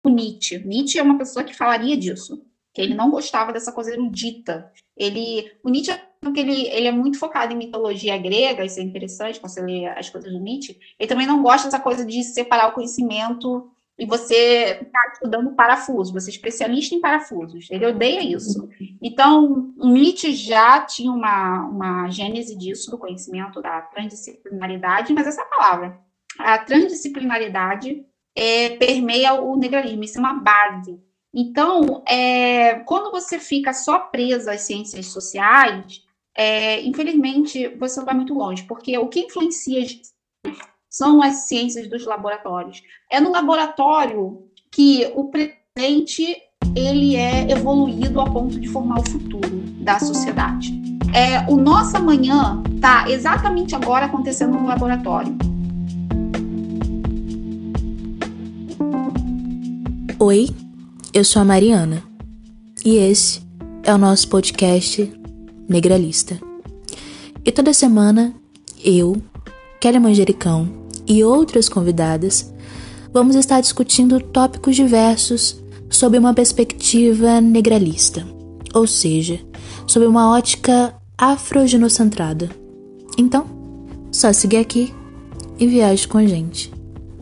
o Nietzsche. Nietzsche é uma pessoa que falaria disso, que ele não gostava dessa coisa erudita. O Nietzsche, porque ele é muito focado em mitologia grega, isso é interessante, quando você lê as coisas do Nietzsche. Ele também não gosta dessa coisa de separar o conhecimento e você ficar estudando parafuso, você é especialista em parafusos. Ele odeia isso. Então, o Nietzsche já tinha uma gênese disso, do conhecimento da transdisciplinaridade, mas essa palavra, a transdisciplinaridade, permeia o negralismo, isso é uma base. Então, quando você fica só presa às ciências sociais, infelizmente, você não vai muito longe, porque o que influencia são as ciências dos laboratórios. É no laboratório que o presente ele é evoluído a ponto de formar o futuro da sociedade. O nosso amanhã está exatamente agora acontecendo no laboratório. Oi, eu sou a Mariana e esse é o nosso podcast Negralista. E toda semana eu, Kelly Manjericão e outras convidadas vamos estar discutindo tópicos diversos sob uma perspectiva negralista, ou seja, sob uma ótica afrogenocentrada. Então, só seguir aqui e viaje com a gente.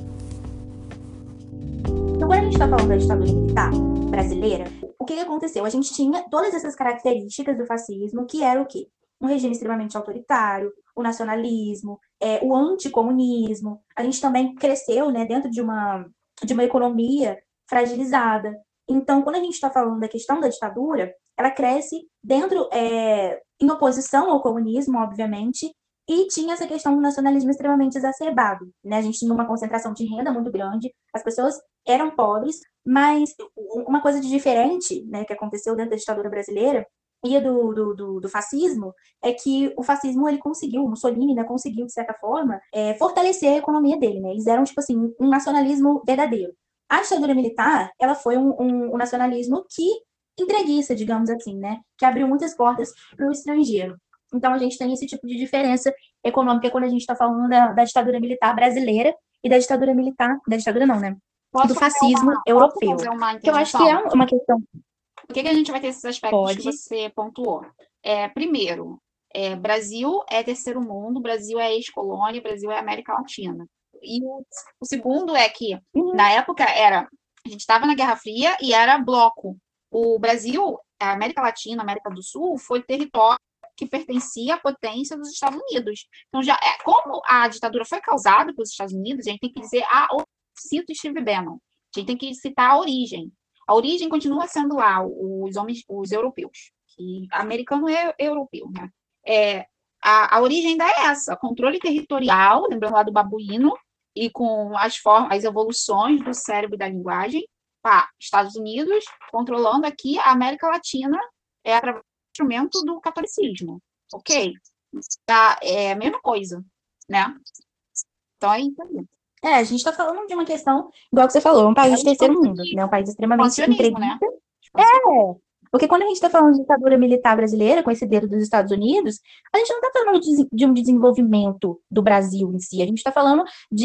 Quando a gente está falando da ditadura militar brasileira, o que aconteceu? A gente tinha todas essas características do fascismo, que era o quê? Um regime extremamente autoritário, o nacionalismo, o anticomunismo. A gente também cresceu, né, dentro de uma economia fragilizada. Então, quando a gente está falando da questão da ditadura, ela cresce dentro, em oposição ao comunismo, obviamente, e tinha essa questão do nacionalismo extremamente exacerbado, né? A gente tinha uma concentração de renda muito grande, as pessoas eram pobres, mas uma coisa de diferente, né, que aconteceu dentro da ditadura brasileira e do fascismo, é que o fascismo, ele conseguiu, o Mussolini, né, conseguiu, de certa forma, fortalecer a economia dele, né? Eles eram, tipo assim, um nacionalismo verdadeiro. A ditadura militar, ela foi um nacionalismo que entreguista, digamos assim, né? Que abriu muitas portas para o estrangeiro. Então, a gente tem esse tipo de diferença econômica quando a gente está falando da ditadura militar brasileira e da ditadura militar, da ditadura não, né? Do fascismo europeu. Posso fazer uma Que eu acho que é uma questão. Por que a gente vai ter esses aspectos que você pontuou? Primeiro, Brasil é terceiro mundo, Brasil é ex-colônia, Brasil é América Latina. E o segundo é que, na época, a gente estava na Guerra Fria e era bloco. O Brasil, a América Latina, a América do Sul, foi território que pertencia à potência dos Estados Unidos. Então, como a ditadura foi causada pelos Estados Unidos, a gente tem que dizer, cito Steve Bannon, a gente tem que citar a origem. A origem continua sendo lá, os europeus, que americano é europeu, né? A origem ainda é essa, controle territorial, lembrando lá do babuíno, e com as evoluções do cérebro e da linguagem, Estados Unidos controlando aqui a América Latina através do instrumento do catolicismo, ok? É a mesma coisa, né? Então é isso aí. A gente está falando de uma questão, igual que você falou, um país de terceiro mundo, né? Um país extremamente entreguista. Né? Porque quando a gente está falando de ditadura militar brasileira, com esse dedo dos Estados Unidos, a gente não está falando de um desenvolvimento do Brasil em si, a gente está falando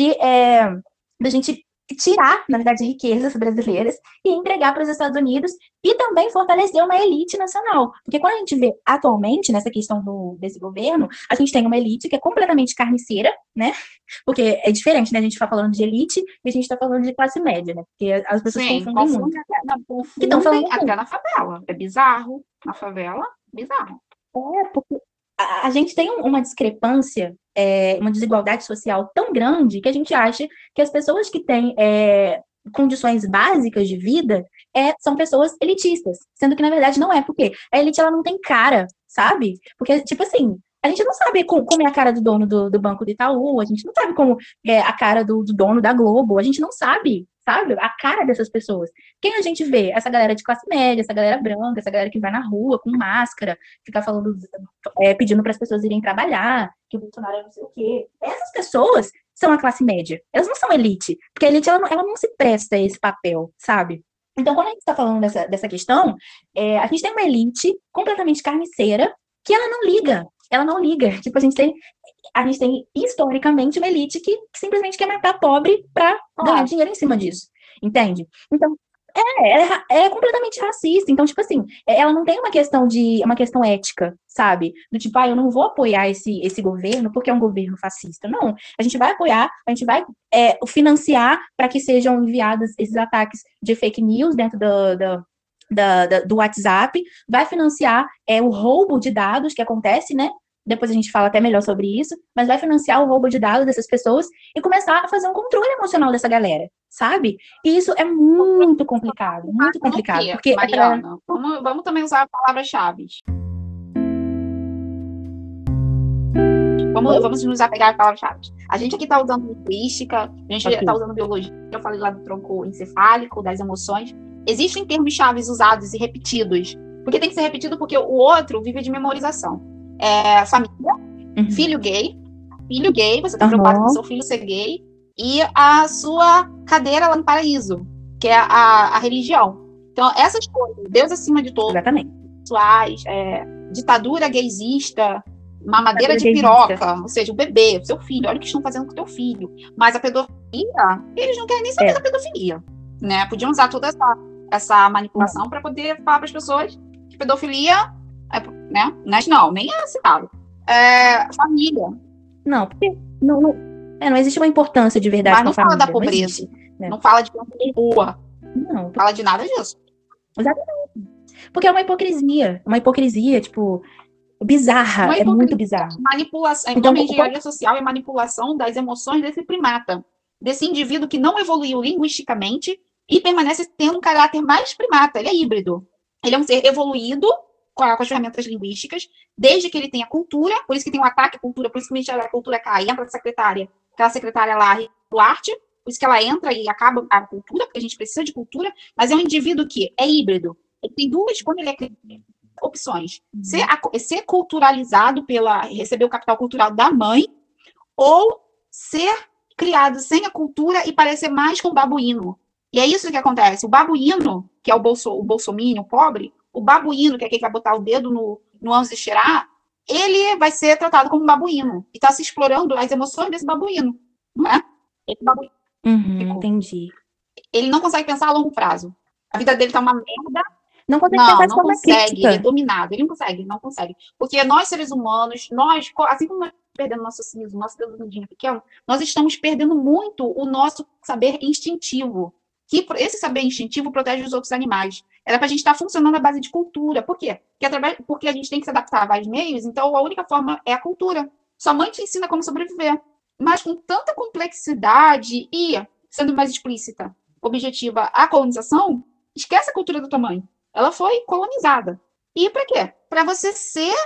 da gente tirar, na verdade, riquezas brasileiras e entregar para os Estados Unidos e também fortalecer uma elite nacional. Porque quando a gente vê atualmente, nessa questão desse governo, a gente tem uma elite que é completamente carniceira, né? Porque é diferente, né? A gente está falando de elite e a gente está falando de classe média, né? Porque as pessoas confundem muito. Que estão falando até na favela. É bizarro. Na favela, bizarro. Porque a gente tem uma discrepância, uma desigualdade social tão grande que a gente acha que as pessoas que têm condições básicas de vida são pessoas elitistas, sendo que na verdade não é, porque a elite ela não tem cara, sabe? Porque, tipo assim, a gente não sabe como é a cara do dono do Banco do Itaú, a gente não sabe como é a cara do dono da Globo, a gente não sabe, a cara dessas pessoas. Quem a gente vê? Essa galera de classe média, essa galera branca, essa galera que vai na rua com máscara, fica falando, pedindo para as pessoas irem trabalhar, que o Bolsonaro é não sei o quê. Essas pessoas são a classe média. Elas não são elite, porque a elite ela não se presta a esse papel, sabe? Então, quando a gente está falando dessa questão, a gente tem uma elite completamente carniceira que ela não liga. Ela não liga. Tipo, a gente tem historicamente uma elite que simplesmente quer matar pobre para ganhar dinheiro em cima disso. Entende? Então, Ela é completamente racista. Então, tipo assim, ela não tem uma questão ética, sabe? Do tipo, eu não vou apoiar esse governo porque é um governo fascista. Não, a gente vai apoiar, a gente vai financiar para que sejam enviados esses ataques de fake news dentro do WhatsApp, vai financiar o roubo de dados que acontece, né? Depois a gente fala até melhor sobre isso, mas vai financiar o roubo de dados dessas pessoas e começar a fazer um controle emocional dessa galera, sabe? E isso é muito complicado, porque Mariana, vamos também usar palavras-chave. Vamos nos apegar às palavras-chave. A gente aqui está usando linguística, a gente está usando biologia, eu falei lá do tronco encefálico, das emoções. Existem termos-chave usados e repetidos, porque tem que ser repetido porque o outro vive de memorização. Família, filho gay, você está preocupado com seu filho ser gay, e a sua cadeira lá no paraíso, que é a religião. Então, essas coisas, Deus acima de todos, ditadura gaysista, mamadeira de piroca, ou seja, o bebê, o seu filho, olha o que estão fazendo com o teu filho. Mas a pedofilia, eles não querem nem saber da pedofilia, né? Podiam usar toda essa manipulação para poder falar para as pessoas que pedofilia, né? Mas não, nem é citado. Família. Não, porque não existe uma importância de verdade. Mas não fala da pobreza, não fala de rua, não fala de nada disso. Exatamente. Porque é uma hipocrisia, tipo, bizarra, é muito bizarro. Manipulação, então, a engenharia social é manipulação das emoções desse primata, desse indivíduo que não evoluiu linguisticamente e permanece tendo um caráter mais primata, ele é híbrido. Ele é um ser evoluído com as ferramentas linguísticas, desde que ele tenha cultura, por isso que tem um ataque à cultura, por isso que o Ministério da Cultura cai, entra aquela secretária lá, Duarte, por isso que ela entra e acaba a cultura, porque a gente precisa de cultura, mas é um indivíduo que é híbrido. Ele tem duas, quando ele é opções, ser culturalizado receber o capital cultural da mãe, ou ser criado sem a cultura e parecer mais com o babuíno. E é isso que acontece. O babuíno, que é o bolsominion pobre, o babuíno, que é aquele que vai botar o dedo no ânus e cheirar, ele vai ser tratado como babuíno. E está se explorando as emoções desse babuíno. Não é? Esse babuíno. Entendi. Ele não consegue pensar a longo prazo. A vida dele tá uma merda. Não consegue, ele é dominado, ele não consegue. Porque nós, seres humanos, assim como nós estamos perdendo nosso cinismo, nosso dedinho pequeno, nós estamos perdendo muito o nosso saber instintivo. Que esse saber instintivo protege os outros animais. Era para a gente estar funcionando à base de cultura. Por quê? Porque a gente tem que se adaptar a vários meios, então a única forma é a cultura. Sua mãe te ensina como sobreviver. Mas com tanta complexidade e, sendo mais explícita, objetiva, a colonização, esquece a cultura da tua mãe. Ela foi colonizada. E para quê? Para você ser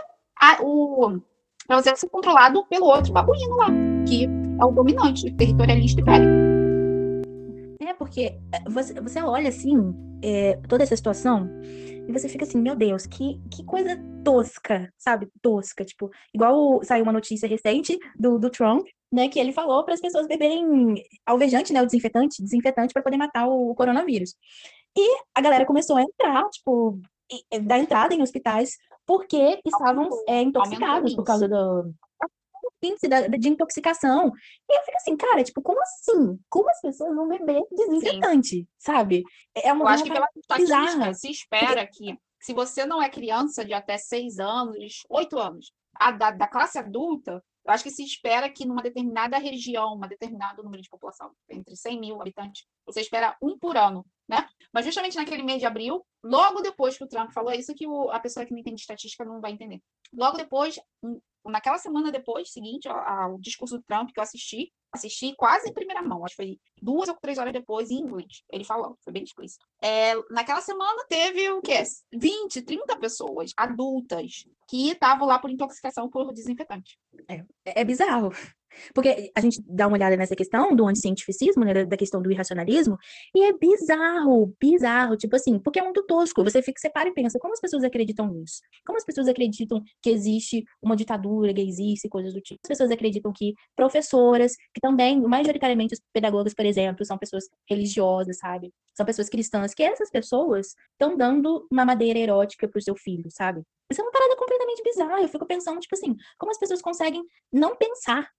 controlado pelo outro babuíno lá, que é o dominante, o territorialista ibérico. Porque você olha assim, toda essa situação, e você fica assim, meu Deus, que coisa tosca, sabe? Tosca, tipo, igual saiu uma notícia recente do Trump, né, que ele falou para as pessoas beberem alvejante, né, o desinfetante para poder matar o coronavírus. E a galera começou a entrar, tipo, dar entrada em hospitais porque estavam intoxicados por causa do índice de intoxicação. E eu fico assim, cara, tipo, como assim? Como as pessoas vão beber desinfetante, sabe? Eu acho que pela estatística se espera que, se você não é criança de até 6 anos, 8 anos, da classe adulta, eu acho que se espera que numa determinada região, um determinado número de população, entre 100 mil habitantes, você espera 1 por ano, né? Mas justamente naquele mês de abril, logo depois que o Trump falou isso, que a pessoa que não entende estatística não vai entender. Logo depois, naquela semana depois, seguinte ao discurso do Trump, que eu assisti quase em primeira mão, acho que foi 2 ou 3 horas depois, em inglês, ele falou, foi bem explícito. Naquela semana teve o quê? 20, 30 pessoas adultas que estavam lá por intoxicação por desinfetante. É bizarro. Porque a gente dá uma olhada nessa questão do anticientificismo, né, da questão do irracionalismo, e é bizarro, tipo assim, porque é muito tosco. Você para e pensa, como as pessoas acreditam nisso? Como as pessoas acreditam que existe uma ditadura gaysista e coisas do tipo? As pessoas acreditam que professoras, que também, majoritariamente os pedagogos, por exemplo, são pessoas religiosas, sabe? São pessoas cristãs, que essas pessoas estão dando uma madeira erótica pro seu filho, sabe? Isso é uma parada completamente bizarra. Eu fico pensando, tipo assim, como as pessoas conseguem não pensar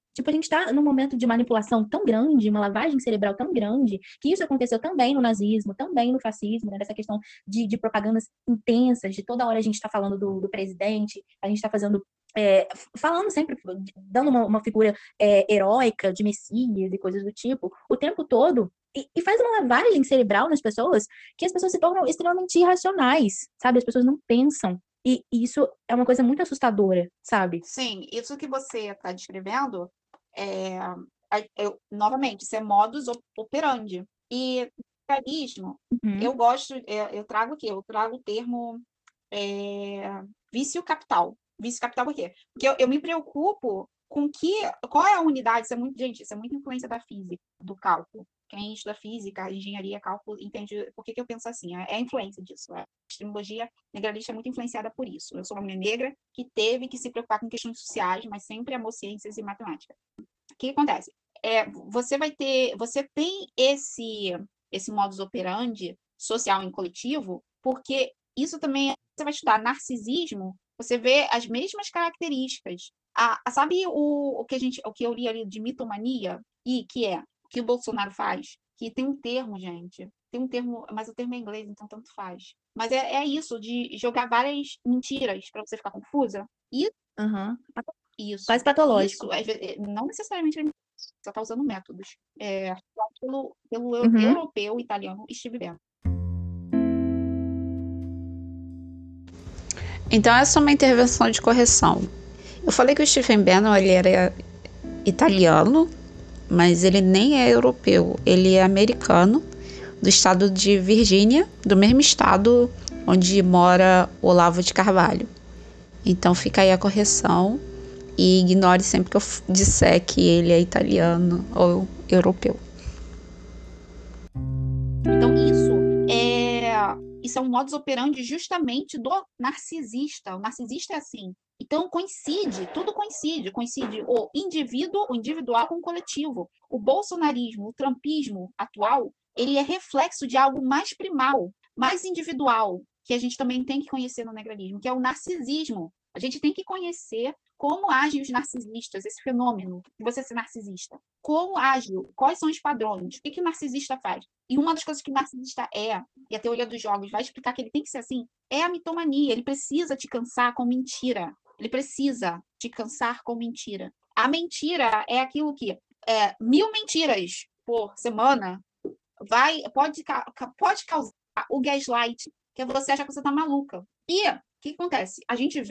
Tipo, a gente tá num momento de manipulação tão grande, uma lavagem cerebral tão grande, que isso aconteceu também no nazismo, também no fascismo, né? Dessa questão de propagandas intensas, de toda hora a gente tá falando do presidente, a gente tá fazendo, falando sempre, dando uma figura heróica, de messias e coisas do tipo, o tempo todo, e faz uma lavagem cerebral nas pessoas, que as pessoas se tornam extremamente irracionais, sabe? As pessoas não pensam. E isso é uma coisa muito assustadora, sabe? Sim, isso que você está descrevendo é, novamente, isso é modus operandi. E capitalismo, Uhum. eu gosto, eu trago o quê? Eu trago o termo vício capital. Vício capital por quê? Porque eu me preocupo com qual é a unidade, gente, isso é muito influência da física, do cálculo. Quem estuda física, engenharia, cálculo, entende por que eu penso assim. É a influência disso. A epistemologia negralista é muito influenciada por isso. Eu sou uma mulher negra que teve que se preocupar com questões sociais, mas sempre amou ciências e matemática. O que acontece? Você tem esse modus operandi social em coletivo, porque isso também, você vai estudar narcisismo, você vê as mesmas características. Sabe o que eu li ali de mitomania? E que é o que o Bolsonaro faz? Que tem um termo, gente. Tem um termo, mas o termo é em inglês, então tanto faz. Mas é isso, de jogar várias mentiras para você ficar confusa. E Aham. isso, Quase patológico. isso, não necessariamente ele só está usando métodos. Pelo Uhum. europeu italiano Steve Bannon. Então, essa é uma intervenção de correção. Eu falei que o Stephen Bannon ele era italiano, mas ele nem é europeu. Ele é americano, do estado de Virgínia, do mesmo estado onde mora Olavo de Carvalho. Então, fica aí a correção e ignore sempre que eu disser que ele é italiano ou europeu. Então, isso é um modus operandi justamente do narcisista. O narcisista é assim. Então, tudo coincide. Coincide o individual com o coletivo. O bolsonarismo, o trumpismo atual, ele é reflexo de algo mais primal, mais individual, que a gente também tem que conhecer no negralismo, que é o narcisismo. A gente tem que conhecer como agem os narcisistas, esse fenômeno de você ser narcisista. Como age, quais são os padrões, o que o narcisista faz. E uma das coisas que o narcisista e a teoria dos jogos vai explicar que ele tem que ser assim, é a mitomania. Ele precisa te cansar com mentira. Ele precisa te cansar com mentira. A mentira é aquilo que 1.000 mentiras por semana pode causar o gaslight, que você acha que você tá maluca. E o que acontece?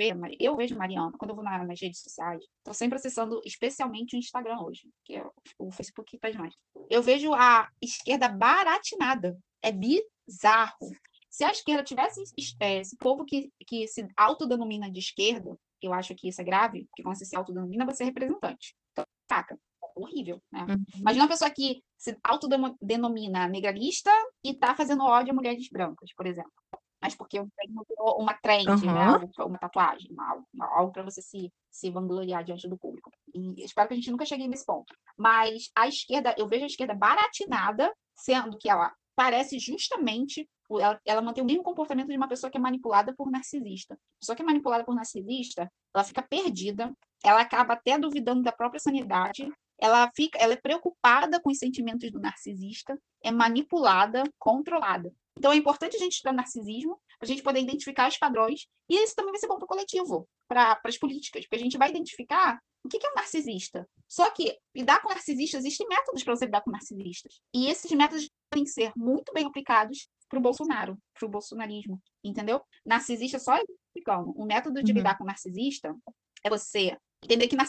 Eu vejo Mariana, quando eu vou nas redes sociais, estou sempre acessando especialmente o Instagram hoje, que é o Facebook que faz mais. Eu vejo a esquerda baratinada. É bizarro. Se a esquerda tivesse esse povo que se autodenomina de esquerda, eu acho que isso é grave, porque quando você se autodenomina, você é representante. Então, saca? Horrível, né? Imagina uma pessoa que se autodenomina negralista e tá fazendo ódio a mulheres brancas, por exemplo. Mas porque uma trend, né? Aham. Uma tatuagem, algo para você se vangloriar diante do público. E espero que a gente nunca chegue nesse ponto. Mas eu vejo a esquerda baratinada, sendo que ela parece justamente, ela mantém o mesmo comportamento de uma pessoa que é manipulada por narcisista. A pessoa que é manipulada por narcisista, ela fica perdida, ela acaba até duvidando da própria sanidade, ela é preocupada com os sentimentos do narcisista, é manipulada, controlada. Então é importante a gente estudar narcisismo, para a gente poder identificar os padrões, e isso também vai ser bom para o coletivo, para as políticas, porque a gente vai identificar o que é um narcisista. Só que lidar com narcisistas, existem métodos para você lidar com narcisistas. E esses métodos podem ser muito bem aplicados para o Bolsonaro, para o bolsonarismo, entendeu? Narcisista só explicando. O método de lidar com narcisista é você entender que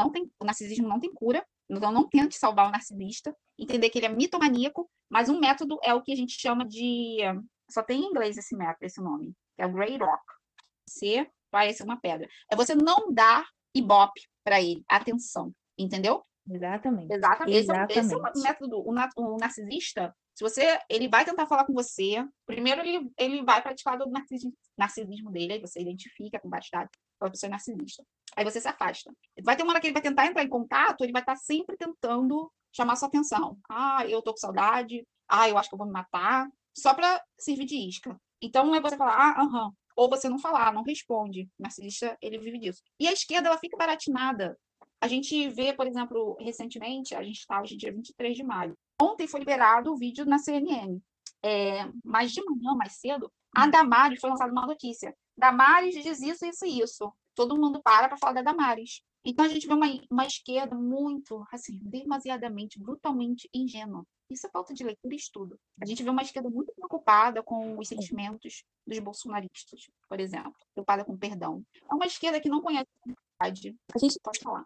o narcisismo não tem cura, então não tente salvar o narcisista, entender que ele é mitomaníaco, mas um método é o que a gente chama de, só tem em inglês esse método, esse nome, que é o Grey Rock. Você parece uma pedra. É você não dar ibope para ele, atenção, entendeu? Exatamente. Esse é o método. O narcisista, ele vai tentar falar com você, primeiro ele vai praticar o narcisismo dele, aí você identifica com bastante que a pessoa é narcisista. Aí você se afasta. Vai ter uma hora que ele vai tentar entrar em contato, ele vai estar sempre tentando chamar sua atenção. Eu tô com saudade. Eu acho que eu vou me matar. Só para servir de isca. Então é você falar, aham. Ou você não falar, não responde. O narcisista, ele vive disso. E a esquerda, ela fica baratinada. A gente vê, por exemplo, recentemente, a gente estava hoje dia 23 de maio. Ontem foi liberado o vídeo na CNN. Mas de manhã, mais cedo, a Damares foi lançada uma notícia. Damares diz isso, isso e isso. Todo mundo para falar da Damares. Então a gente vê uma esquerda muito, assim, demasiadamente, brutalmente ingênua. Isso é falta de leitura e estudo. A gente vê uma esquerda muito preocupada com os sentimentos dos bolsonaristas, por exemplo, preocupada com perdão. É uma esquerda que não conhece a verdade. A gente, Pode falar.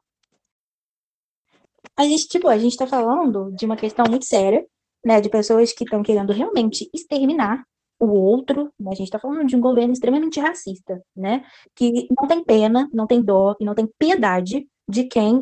a gente tá falando de uma questão muito séria, né, de pessoas que estão querendo realmente exterminar o outro, né? A gente tá falando de um governo extremamente racista, né, que não tem pena, não tem dó e não tem piedade de quem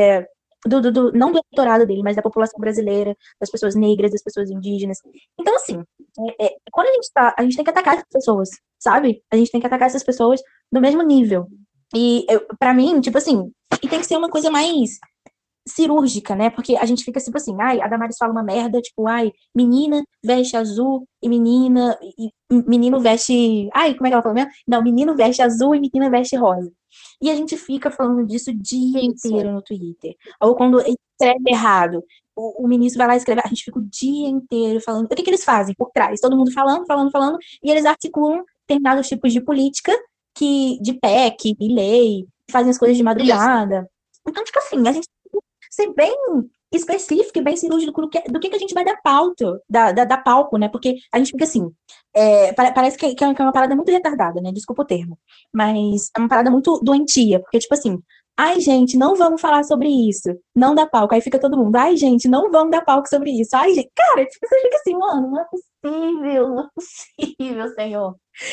não do eleitorado dele, mas da população brasileira, das pessoas negras, das pessoas indígenas. Então, assim, quando a gente tem que atacar essas pessoas, sabe? A gente tem que atacar essas pessoas do mesmo nível. E, pra mim, tipo assim, e tem que ser uma coisa mais cirúrgica, né? Porque a gente fica tipo assim, ai, a Damares fala uma merda, tipo, ai, menina veste azul e menino veste, ai, como é que ela falou mesmo? Não, menino veste azul e menina veste rosa. E a gente fica falando disso o dia inteiro no Twitter. Ou quando escreve errado, o ministro vai lá escrever, a gente fica o dia inteiro falando. O que que eles fazem por trás? Todo mundo falando, e eles articulam determinados tipos de política de PEC, de lei, fazem as coisas de madrugada. Então, tipo assim, a gente ser bem específico e bem cirúrgico do que a gente vai dar pauta, dar palco, né? Porque a gente fica assim, parece que é uma parada muito retardada, né? Desculpa o termo. Mas é uma parada muito doentia, porque, tipo assim, ai, gente, não vamos falar sobre isso. Não dá palco. Aí fica todo mundo, ai, gente, não vamos dar palco sobre isso. Ai, gente, cara, tipo, você fica assim, mano, não é possível, não é possível, Senhor.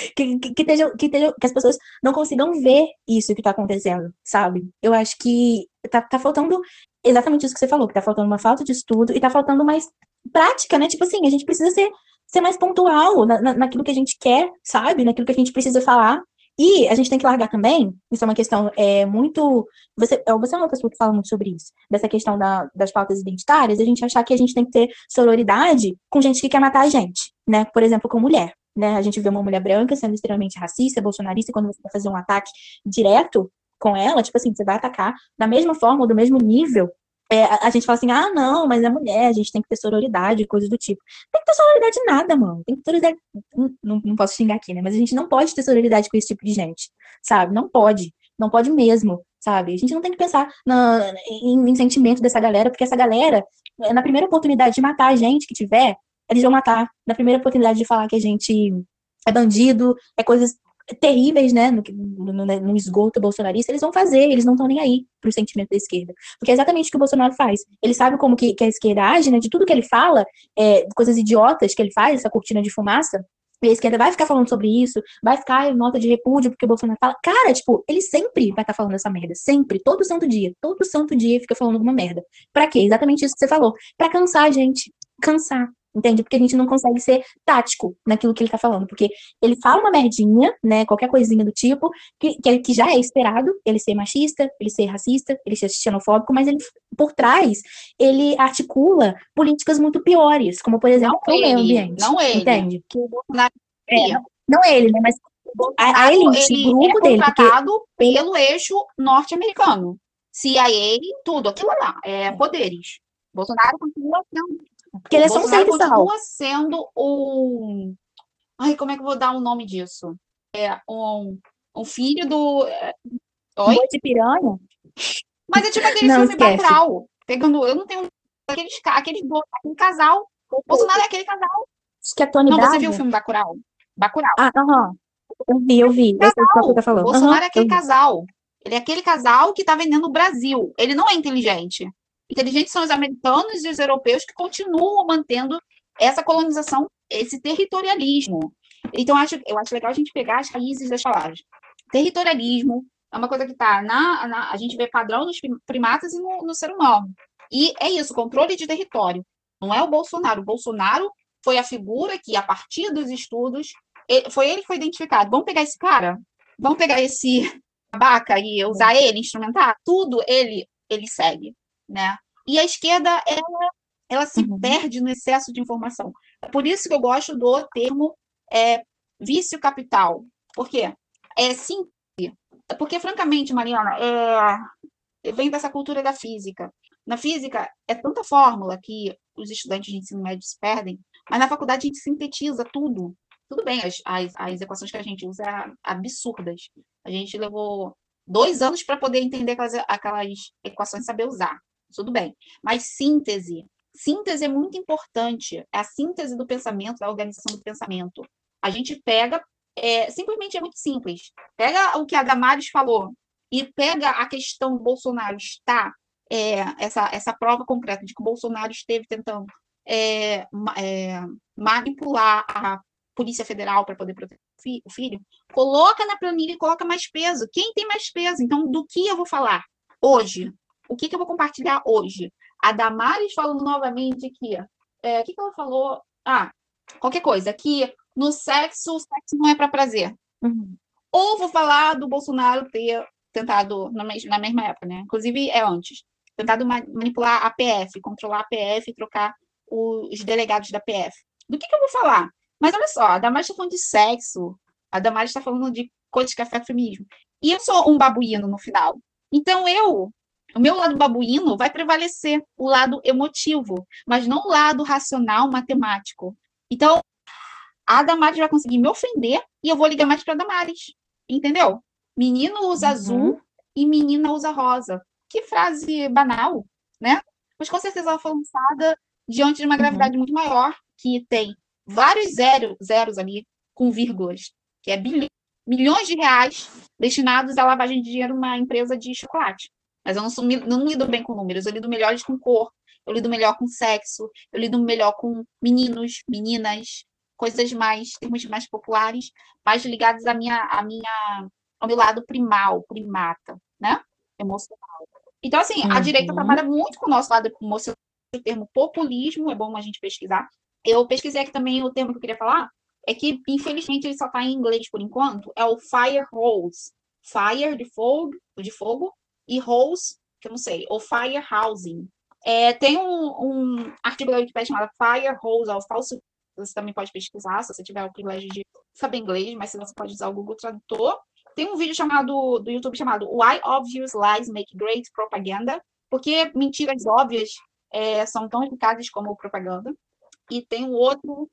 Que as pessoas não consigam ver isso que tá acontecendo, sabe? Eu acho que tá faltando exatamente isso que você falou, que tá faltando uma falta de estudo e tá faltando mais prática, né? Tipo assim, a gente precisa ser mais pontual naquilo que a gente quer, sabe? Naquilo que a gente precisa falar. E a gente tem que largar também, isso é uma questão muito. Você é uma pessoa que fala muito sobre isso, dessa questão das pautas identitárias, a gente achar que a gente tem que ter sororidade com gente que quer matar a gente, né? Por exemplo, com mulher. Né? A gente vê uma mulher branca sendo extremamente racista, bolsonarista, e quando você vai fazer um ataque direto com ela, tipo assim, você vai atacar da mesma forma ou do mesmo nível, a gente fala assim, ah, não, mas é mulher, a gente tem que ter sororidade, coisas do tipo. Tem que ter sororidade nada, mano. Tem que ter sororidade. Não posso xingar aqui, né? Mas a gente não pode ter sororidade com esse tipo de gente, sabe? Não pode. Não pode mesmo, sabe? A gente não tem que pensar em sentimento dessa galera, porque essa galera, na primeira oportunidade de matar a gente que tiver, eles vão matar. Na primeira oportunidade de falar que a gente é bandido, é coisas terríveis, né, no esgoto bolsonarista, eles vão fazer, eles não estão nem aí pro sentimento da esquerda. Porque é exatamente o que o Bolsonaro faz. Ele sabe como que a esquerda age, né, de tudo que ele fala, coisas idiotas que ele faz, essa cortina de fumaça, e a esquerda vai ficar falando sobre isso, vai ficar em nota de repúdio porque o Bolsonaro fala. Cara, tipo, ele sempre vai estar falando essa merda. Sempre. Todo santo dia fica falando alguma merda. Pra quê? Exatamente isso que você falou. Pra cansar a gente. Cansar. Entende? Porque a gente não consegue ser tático naquilo que ele tá falando. Porque ele fala uma merdinha, né? Qualquer coisinha do tipo, que já é esperado, ele ser machista, ele ser racista, ele ser xenofóbico, mas ele, por trás, ele articula políticas muito piores, como, por exemplo, o meio ambiente. Não ele. Entende? Que o Bolsonaro não ele, né? Mas a elite, o grupo dele. Ele é contratado pelo eixo norte-americano. CIA, tudo, aquilo lá, poderes. Bolsonaro continua sendo. Porque ele é só um serviçal. Continua sendo um. Ai, como é que eu vou dar o nome disso? Um filho do. Oi? Boi de piranha? Mas é tipo aquele filme Bacurau. Pegando. Eu não tenho. Aquele casal. O Bolsonaro é aquele casal. Acho que é Tony Não, Braga. você viu o filme Bacurau? Bacurau. Ah, aham. Eu vi. Casal. Tá falando. O Bolsonaro é aquele casal. Ele é aquele casal que tá vendendo o Brasil. Ele não é inteligente. Inteligentes são os americanos e os europeus que continuam mantendo essa colonização, esse territorialismo. Então, eu acho legal a gente pegar as raízes das palavras. Territorialismo é uma coisa que está a gente vê padrão nos primatas e no ser humano. E é isso, controle de território. Não é o Bolsonaro. O Bolsonaro foi a figura que, a partir dos estudos, foi ele que foi identificado. Vamos pegar esse cara? Vamos pegar esse babaca e usar ele, instrumentar? Tudo ele segue. Né? E a esquerda, ela se perde no excesso de informação. É por isso que eu gosto do termo vício capital. Por quê? Sim, porque, francamente, Mariana, vem dessa cultura da física. Na física, é tanta fórmula que os estudantes de ensino médio se perdem, mas na faculdade a gente sintetiza tudo. Tudo bem, as equações que a gente usa são absurdas. A gente levou 2 anos para poder entender aquelas equações e saber usar. Tudo bem. Mas síntese é muito importante. É a síntese do pensamento, da organização do pensamento. A gente pega, simplesmente é muito simples. Pega o que a Damares falou e pega a questão do Bolsonaro estar, essa prova concreta de que o Bolsonaro esteve tentando manipular a Polícia Federal para poder proteger o filho, coloca na planilha e coloca mais peso. Quem tem mais peso? Então, do que eu vou falar hoje? O que eu vou compartilhar hoje? A Damares falando novamente que... o que ela falou? Qualquer coisa. Que no sexo, o sexo não é para prazer. Uhum. Ou vou falar do Bolsonaro ter tentado, na mesma época, né? Inclusive, antes. Tentado manipular a PF, controlar a PF e trocar os delegados da PF. Do que eu vou falar? Mas olha só, a Damares está falando de sexo, a Damares está falando de coisas que afetam o feminismo. E eu sou um babuíno no final. Então, o meu lado babuíno vai prevalecer, o lado emotivo, mas não o lado racional, matemático. Então, a Damares vai conseguir me ofender e eu vou ligar mais para a Damares. Entendeu? Menino usa azul e menina usa rosa. Que frase banal, né? Mas com certeza ela foi lançada diante de uma gravidade muito maior, que tem vários zeros ali, com vírgulas, que é milhões de reais destinados à lavagem de dinheiro numa empresa de chocolate. Mas eu não lido bem com números, eu lido melhor com cor, eu lido melhor com sexo, eu lido melhor com meninos, meninas, coisas termos mais populares, mais ligados ao meu lado primata, né? Emocional. Então, assim, a direita trabalha muito com o nosso lado emocional, o termo populismo, é bom a gente pesquisar. Eu pesquisei aqui também o termo que eu queria falar, é que, infelizmente, ele só está em inglês por enquanto, é o fire hose. Fire, de fogo, e hose, que eu não sei, ou fire housing. Tem um artigo da Wikipedia chamado Fire Hose, ou falso. Você também pode pesquisar, se você tiver o privilégio de saber inglês, mas você pode usar o Google Tradutor. Tem um vídeo do YouTube chamado Why Obvious Lies Make Great Propaganda, porque mentiras óbvias são tão eficazes como propaganda. E tem um outro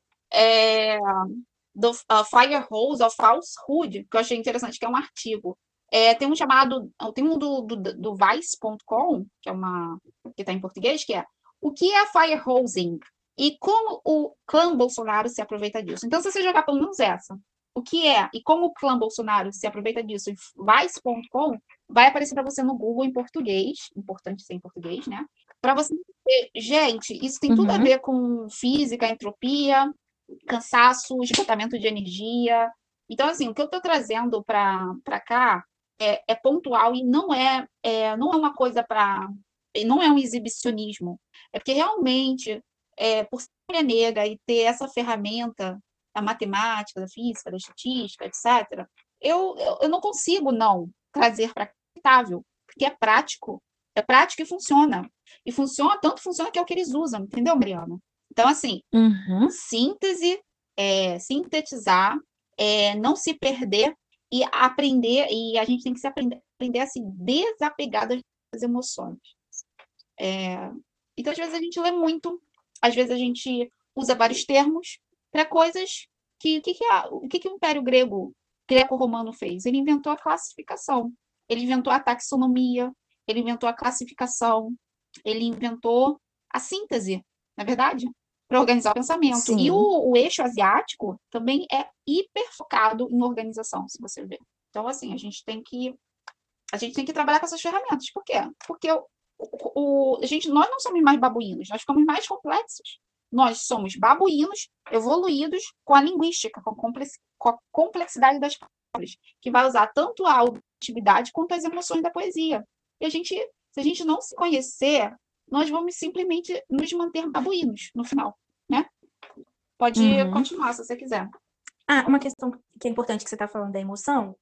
do Fire Hose of Falsehood, que eu achei interessante, que é um artigo. Tem um do Vice.com, que está em português, que é o que é Fire Hosing e como o clã Bolsonaro se aproveita disso. Então, se você jogar pelo menos essa, o que é e como o clã Bolsonaro se aproveita disso em Vice.com, vai aparecer para você no Google em português, importante ser em português, né? Para você ver, gente, isso tem tudo a ver com física, entropia, cansaço, esgotamento de energia. Então, assim, o que eu estou trazendo para cá é pontual e não é uma coisa não é um exibicionismo. É porque realmente, por ser mulher negra e ter essa ferramenta da matemática, da física, da estatística, etc., eu não consigo não trazer para aceitável, porque é prático e funciona. E tanto funciona que é o que eles usam, entendeu, Mariana? Então, assim, síntese, sintetizar, não se perder e aprender, e a gente tem que se aprender a se desapegar das emoções. Então, às vezes, a gente lê muito, às vezes a gente usa vários termos para coisas que o Império Greco-Romano fez? Ele inventou a classificação, ele inventou a taxonomia, ele inventou a classificação, ele inventou a síntese, não é verdade? Para organizar o pensamento. Sim. E o eixo asiático também é hiper focado em organização, se você ver. Então, assim, a gente tem que trabalhar com essas ferramentas. Por quê? Porque nós não somos mais babuínos, nós ficamos mais complexos. Nós somos babuínos evoluídos com a linguística, com a complexidade das palavras, que vai usar tanto a objetividade quanto as emoções da poesia. E se a gente não se conhecer, nós vamos simplesmente nos manter babuínos no final, né? Pode continuar, se você quiser. Uma questão que é importante que você está falando da emoção,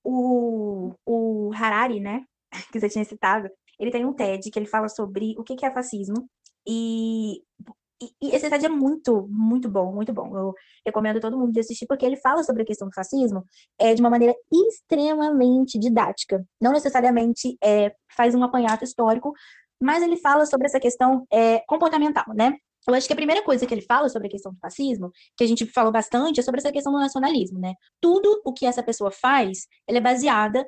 o Harari, né, que você tinha citado, ele tem um TED que ele fala sobre o que é fascismo e E esse TED é muito, muito bom, muito bom. Eu recomendo todo mundo de assistir, porque ele fala sobre a questão do fascismo de uma maneira extremamente didática. Não necessariamente faz um apanhado histórico, mas ele fala sobre essa questão comportamental, né? Eu acho que a primeira coisa que ele fala sobre a questão do fascismo, que a gente falou bastante, é sobre essa questão do nacionalismo, né? Tudo o que essa pessoa faz, ela é baseada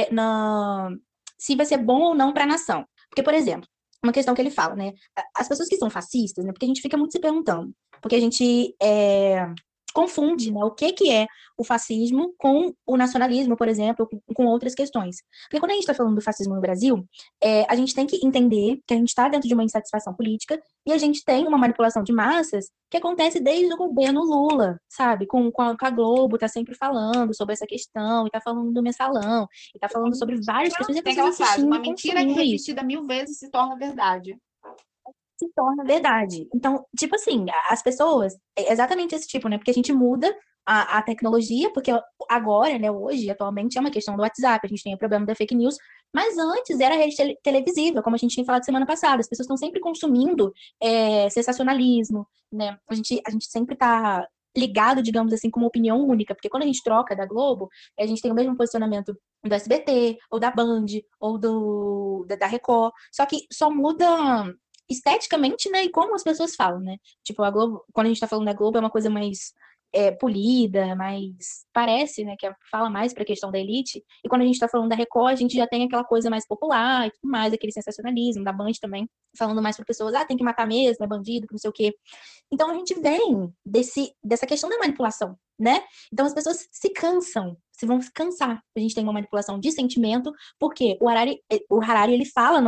se vai ser bom ou não para a nação. Porque, por exemplo, uma questão que ele fala, né? As pessoas que são fascistas, né? Porque a gente fica muito se perguntando, porque a gente confunde, né? O que é o fascismo com o nacionalismo, por exemplo, com outras questões. Porque quando a gente está falando do fascismo no Brasil, a gente tem que entender que a gente está dentro de uma insatisfação política e a gente tem uma manipulação de massas que acontece desde o governo Lula, sabe? Com a Globo, tá sempre falando sobre essa questão, e tá falando do mensalão, e tá falando sobre várias questões, e Tem as aquela pessoas frase, uma assistindo, mentira que consumindo isso. repetida 1000 vezes se torna verdade. Se torna verdade. Então, tipo assim, as pessoas, é exatamente esse tipo, né? Porque a gente muda a tecnologia, porque agora, né, hoje, atualmente, é uma questão do WhatsApp, a gente tem o problema da fake news, mas antes era a rede televisiva, como a gente tinha falado semana passada, as pessoas estão sempre consumindo sensacionalismo, né? A gente sempre está ligado, digamos assim, com uma opinião única, porque quando a gente troca da Globo, a gente tem o mesmo posicionamento do SBT, ou da Band, ou da Record, só que só muda esteticamente, né, e como as pessoas falam, né? Tipo, a Globo, quando a gente tá falando da Globo, é uma coisa mais polida, mais parece, né, que fala mais pra questão da elite, e quando a gente tá falando da Record, a gente já tem aquela coisa mais popular e tudo mais, aquele sensacionalismo, da Band também, falando mais para pessoas, tem que matar mesmo, é bandido, que não sei o quê. Então a gente vem dessa questão da manipulação, né? Então as pessoas se cansam, se vão se cansar. A gente tem uma manipulação de sentimento, porque o Harari ele fala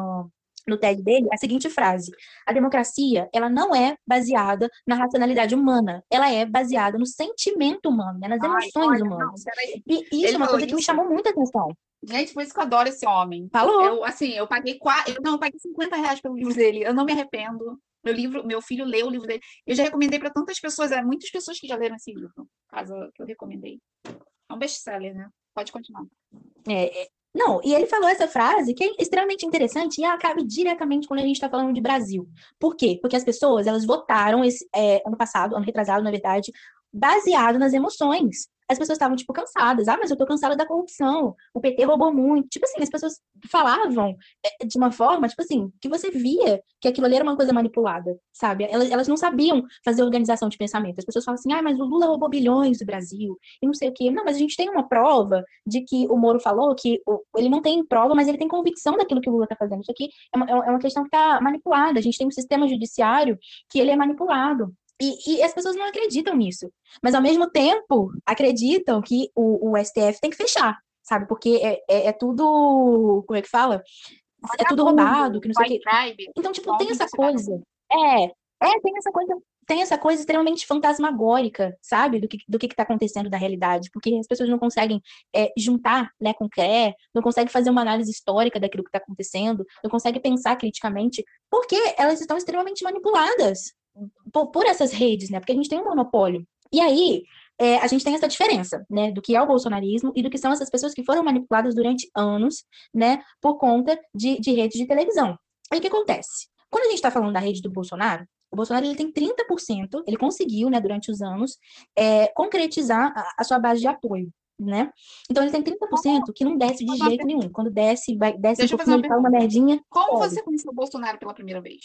no TED dele a seguinte frase: a democracia, ela não é baseada na racionalidade humana, ela é baseada no sentimento humano, né, nas Ai, emoções olha, não, humanas. peraí. E isso Ele é uma falou coisa que me isso. chamou muita atenção. Gente, por isso que eu adoro esse homem. Falou. Eu paguei eu paguei R$ 50 pelo livro dele. Eu não me arrependo. Meu filho leu o livro dele. Eu já recomendei para tantas pessoas, muitas pessoas que já leram esse livro, caso que eu recomendei. É um best-seller, né? Pode continuar. Não, e ele falou essa frase que é extremamente interessante e ela cabe diretamente quando a gente está falando de Brasil. Por quê? Porque as pessoas, elas votaram ano passado, ano retrasado, na verdade, baseado nas emoções. As pessoas estavam, tipo, cansadas. Mas eu tô cansada da corrupção. O PT roubou muito. Tipo assim, as pessoas falavam de uma forma, tipo assim, que você via que aquilo ali era uma coisa manipulada, sabe? Elas não sabiam fazer organização de pensamento. As pessoas falam assim, mas o Lula roubou bilhões do Brasil e não sei o quê. Não, mas a gente tem uma prova de que o Moro falou que ele não tem prova, mas ele tem convicção daquilo que o Lula está fazendo. Isso aqui é uma questão que está manipulada. A gente tem um sistema judiciário que ele é manipulado. E as pessoas não acreditam nisso. Mas, ao mesmo tempo, acreditam que o STF tem que fechar, sabe? Porque é tudo. Como é que fala? É tudo roubado, que não sei o quê. Então, tipo, tem essa coisa. Tem essa coisa extremamente fantasmagórica, sabe? Do que está acontecendo da realidade, porque as pessoas não conseguem juntar, né, com CRE, não conseguem fazer uma análise histórica daquilo que está acontecendo, não conseguem pensar criticamente, porque elas estão extremamente manipuladas por essas redes, né? Porque a gente tem um monopólio. E aí, a gente tem essa diferença, né, do que é o bolsonarismo e do que são essas pessoas que foram manipuladas durante anos, né, por conta de redes de televisão. Aí o que acontece? Quando a gente está falando da rede do Bolsonaro, o Bolsonaro ele tem 30%, ele conseguiu, né, durante os anos, concretizar a sua base de apoio, né? Então ele tem 30% que não desce de jeito nenhum. Quando desce um pouquinho, ele fala uma merdinha. Como você conheceu o Bolsonaro pela primeira vez?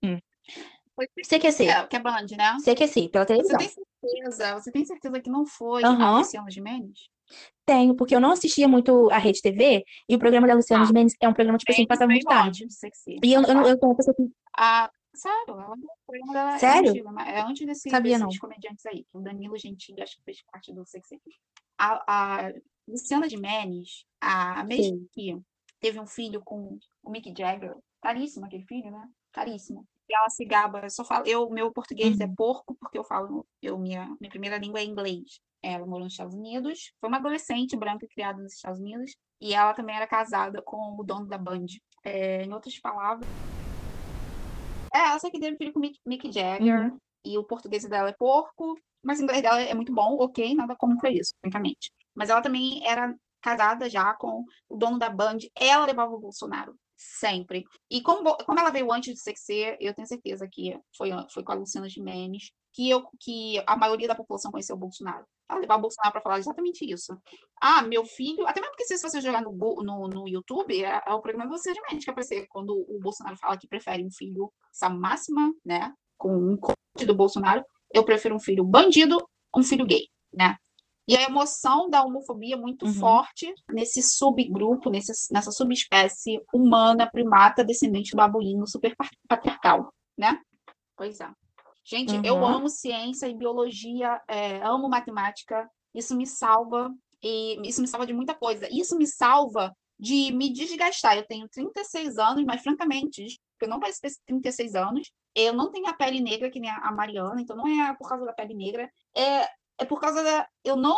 CQC. Que é Band, né? CQC, pela televisão. Você tem certeza que não foi a Luciana Gimenez? Tenho, porque eu não assistia muito a Rede TV, e o programa da Luciana Gimenez é um programa, tipo assim, que passava muito tarde. E eu sou uma pessoa que... Sério, o programa dela Sério? É antigo, é antes desses comediantes aí, que o Danilo Gentili, acho que fez parte do CQC. A Luciana Gimenez, a mesma que teve um filho com o Mick Jagger, caríssimo aquele filho, né? Caríssimo. E ela se gaba, meu português é porco, porque minha primeira língua é inglês. Ela morou nos Estados Unidos, foi uma adolescente branca criada nos Estados Unidos, e ela também era casada com o dono da Band. Em outras palavras, ela só que teve filho com o Mick Jagger, e o português dela é porco, mas o inglês dela é muito bom, ok, nada contra isso, francamente. Mas ela também era casada já com o dono da Band, ela levava o Bolsonaro. Sempre. E como ela veio antes de CQC, eu tenho certeza que foi com a Luciana Gimenez que a maioria da população conheceu o Bolsonaro. Ela levava o Bolsonaro para falar exatamente isso. Ah, meu filho. Até mesmo porque se você jogar no YouTube, é o programa do Luciana Gimenez que aparecer quando o Bolsonaro fala que prefere um filho, essa máxima, né? Com um corte do Bolsonaro, eu prefiro um filho bandido, um filho gay, né? E a emoção da homofobia é muito forte nesse subgrupo, nessa subespécie humana, primata, descendente do babuíno super patriarcal, né? Pois é. Gente, eu amo ciência e biologia, amo matemática, isso me salva, e isso me salva de muita coisa. Isso me salva de me desgastar. Eu tenho 36 anos, mas francamente, eu não pareço ter 36 anos, eu não tenho a pele negra que nem a Mariana, então não é por causa da pele negra, é por causa da.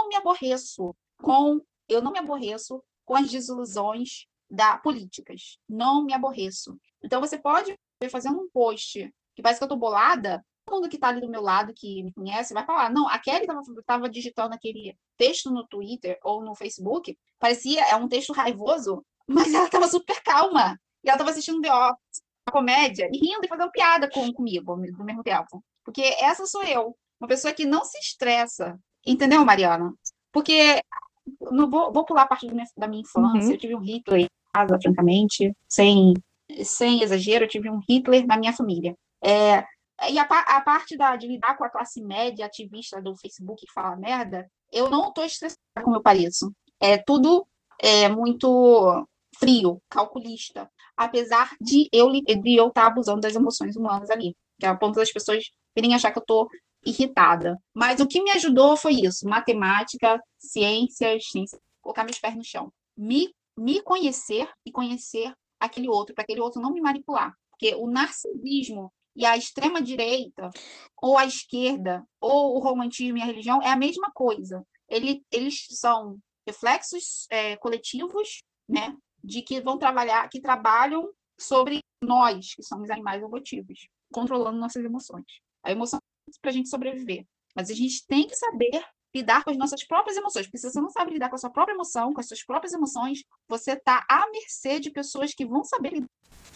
Eu não me aborreço com as desilusões políticas. Não me aborreço. Então você pode ver fazendo um post que parece que eu tô bolada, todo mundo que tá ali do meu lado, que me conhece, vai falar, não, a Kelly tava digitando aquele texto no Twitter ou no Facebook, parecia um texto raivoso, mas ela tava super calma. E ela tava assistindo The Office, uma comédia, e rindo e fazendo piada comigo no mesmo tempo. Porque essa sou eu, uma pessoa que não se estressa. Entendeu, Mariana? Porque não vou pular a parte da minha infância. Eu tive um Hitler em casa, francamente, sem exagero, eu tive um Hitler na minha família. E a parte de lidar com a classe média ativista do Facebook que fala merda, eu não estou estressada como eu pareço. É tudo muito frio, calculista. Apesar de eu estar abusando das emoções humanas ali. Que é a ponto das pessoas virem achar que eu estou irritada. Mas o que me ajudou foi isso: matemática, ciências, colocar meus pés no chão. Me conhecer e conhecer aquele outro, para aquele outro não me manipular. Porque o narcisismo e a extrema-direita, ou a esquerda, ou o romantismo e a religião é a mesma coisa. Eles são reflexos coletivos, né, de que que trabalham sobre nós, que somos animais emotivos, controlando nossas emoções. A emoção é para a gente sobreviver. Mas a gente tem que saber lidar com as nossas próprias emoções. Porque se você não sabe lidar com a sua própria emoção, com as suas próprias emoções, você está à mercê de pessoas que vão saber lidar.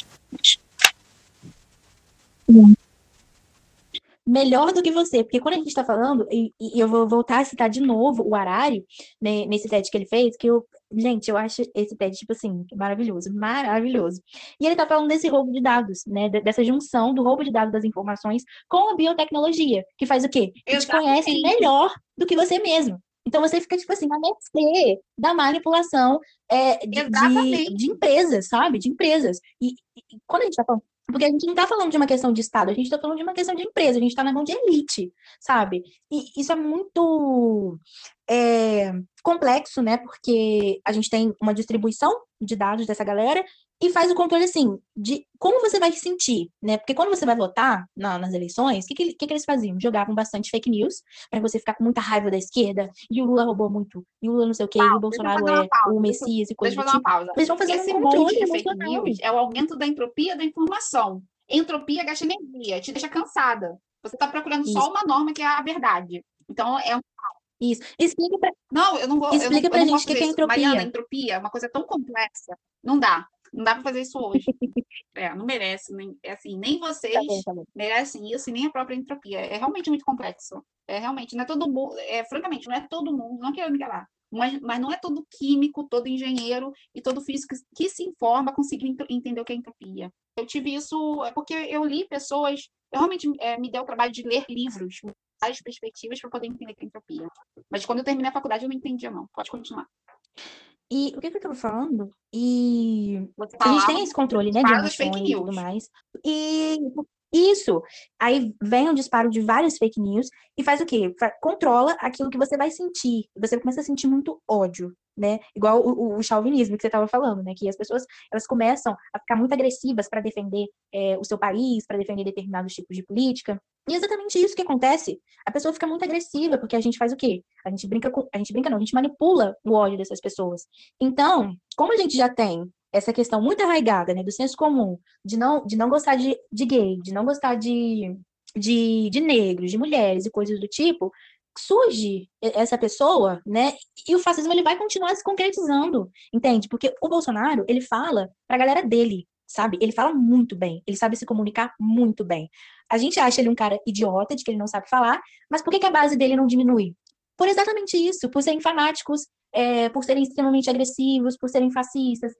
Melhor do que você, porque quando a gente está falando, e eu vou voltar a citar de novo o Harari, né, nesse TED que ele fez, gente, eu acho esse TED, tipo assim, maravilhoso, maravilhoso. E ele tá falando desse roubo de dados, né, dessa junção do roubo de dados das informações com a biotecnologia, que faz o quê? Que te conhece melhor do que você mesmo. Então você fica, tipo assim, na mercê da manipulação de empresas, sabe? De empresas. E quando a gente tá falando. Porque a gente não tá falando de uma questão de Estado, a gente tá falando de uma questão de empresa, a gente tá na mão de elite, sabe? E isso é muito complexo, né? Porque a gente tem uma distribuição de dados dessa galera e faz o controle, assim, de como você vai se sentir, né? Porque quando você vai votar nas eleições, o que eles faziam? Jogavam bastante fake news para você ficar com muita raiva da esquerda, e o Lula roubou muito, e o Lula não sei o quê, e o Bolsonaro é o Messias e coisa do tipo. Eles vão fazendo um controle de fake news é o aumento da entropia da informação. Entropia gasta energia, te deixa cansada. Você está procurando só uma norma que é a verdade. Então, Isso. Explica pra... Não, eu não vou. Explica pra gente o que é entropia. Mariana, entropia é uma coisa tão complexa. Não dá. Não dá para fazer isso hoje. Não merece. Nem vocês merecem isso e nem a própria entropia. É realmente muito complexo. Realmente, não é todo mundo. Francamente, não é todo mundo. Não quero me calar. Mas não é todo químico, todo engenheiro e todo físico que se informa conseguir entender o que é entropia. Eu tive isso porque eu li pessoas. Eu realmente me dei o trabalho de ler livros, várias perspectivas para poder entender o que é entropia. Mas quando eu terminei a faculdade, eu não entendia, não. Pode continuar. E o que eu estava falando? A gente tem esse controle, né, de emoções e tudo mais. E isso. Aí vem um disparo de várias fake news e faz o quê? Controla aquilo que você vai sentir. Você começa a sentir muito ódio, né? Igual o chauvinismo que você estava falando, né? Que as pessoas, elas começam a ficar muito agressivas para defender o seu país, para defender determinados tipos de política. E é exatamente isso que acontece. A pessoa fica muito agressiva, porque a gente faz o quê? A gente manipula o ódio dessas pessoas. Então, como a gente já tem essa questão muito arraigada, né, do senso comum, de não gostar de gay, de não gostar de negros, de mulheres e coisas do tipo, surge essa pessoa, né, e o fascismo ele vai continuar se concretizando, entende? Porque o Bolsonaro, ele fala pra galera dele, sabe? Ele fala muito bem, ele sabe se comunicar muito bem. A gente acha ele um cara idiota, de que ele não sabe falar, mas por que a base dele não diminui? Por exatamente isso, por serem fanáticos, por serem extremamente agressivos, por serem fascistas,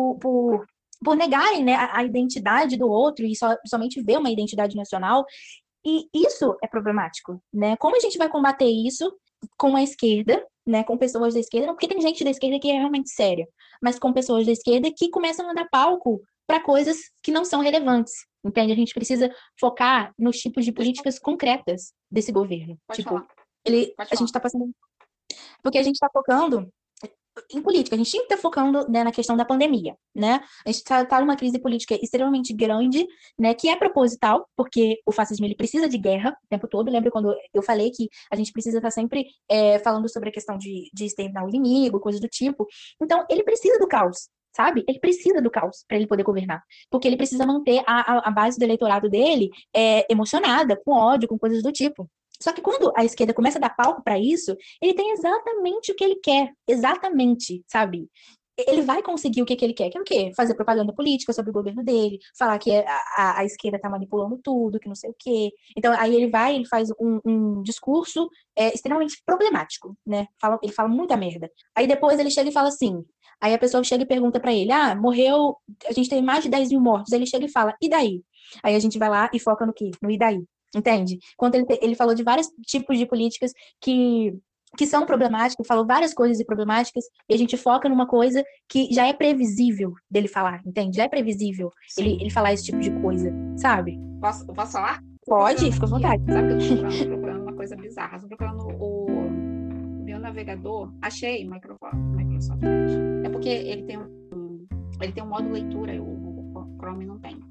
por negarem, né, a identidade do outro e somente ver uma identidade nacional. E isso é problemático, né? Como a gente vai combater isso com a esquerda, né, com pessoas da esquerda? Não, porque tem gente da esquerda que é realmente séria, mas com pessoas da esquerda que começam a dar palco para coisas que não são relevantes, entende? A gente precisa focar nos tipos de políticas concretas desse governo. Pode Tipo, falar. a gente está passando... Porque a gente está focando em política, a gente tinha que estar focando, né, na questão da pandemia, né? A gente está numa crise política extremamente grande, né, que é proposital, porque o fascismo ele precisa de guerra o tempo todo. Lembra quando eu falei que a gente precisa estar sempre falando sobre a questão de exterminar o inimigo, coisas do tipo. Então, ele precisa do caos, sabe? Ele precisa do caos para ele poder governar, porque ele precisa manter a base do eleitorado dele emocionada, com ódio, com coisas do tipo. Só que quando a esquerda começa a dar palco para isso, ele tem exatamente o que ele quer. Exatamente, sabe? Ele vai conseguir o que ele quer. Que é o quê? Fazer propaganda política sobre o governo dele, falar que a esquerda tá manipulando tudo, que não sei o quê. Então, aí ele faz um discurso extremamente problemático, né? Ele fala muita merda. Aí depois ele chega e fala assim, aí a pessoa chega e pergunta para ele, morreu, a gente tem mais de 10 mil mortos. Aí ele chega e fala, e daí? Aí a gente vai lá e foca no quê? No e daí. Entende? Quando ele falou de vários tipos de políticas que são problemáticas, falou várias coisas problemáticas, e a gente foca numa coisa que já é previsível dele falar, entende? Já é previsível ele falar esse tipo de coisa, sabe? Posso falar? Pode, fica à vontade. Sabe que eu tô procurando uma coisa bizarra. Estou procurando o meu navegador. Achei Microsoft Edge. É porque ele tem um modo leitura, o Chrome não tem.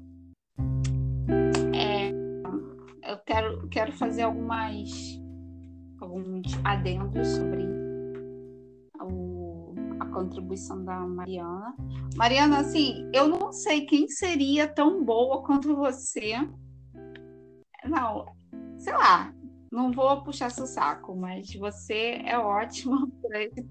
Eu quero fazer alguns adendos sobre a contribuição da Mariana. Mariana, assim, eu não sei quem seria tão boa quanto você. Não, sei lá, não vou puxar seu saco, mas você é ótima para esse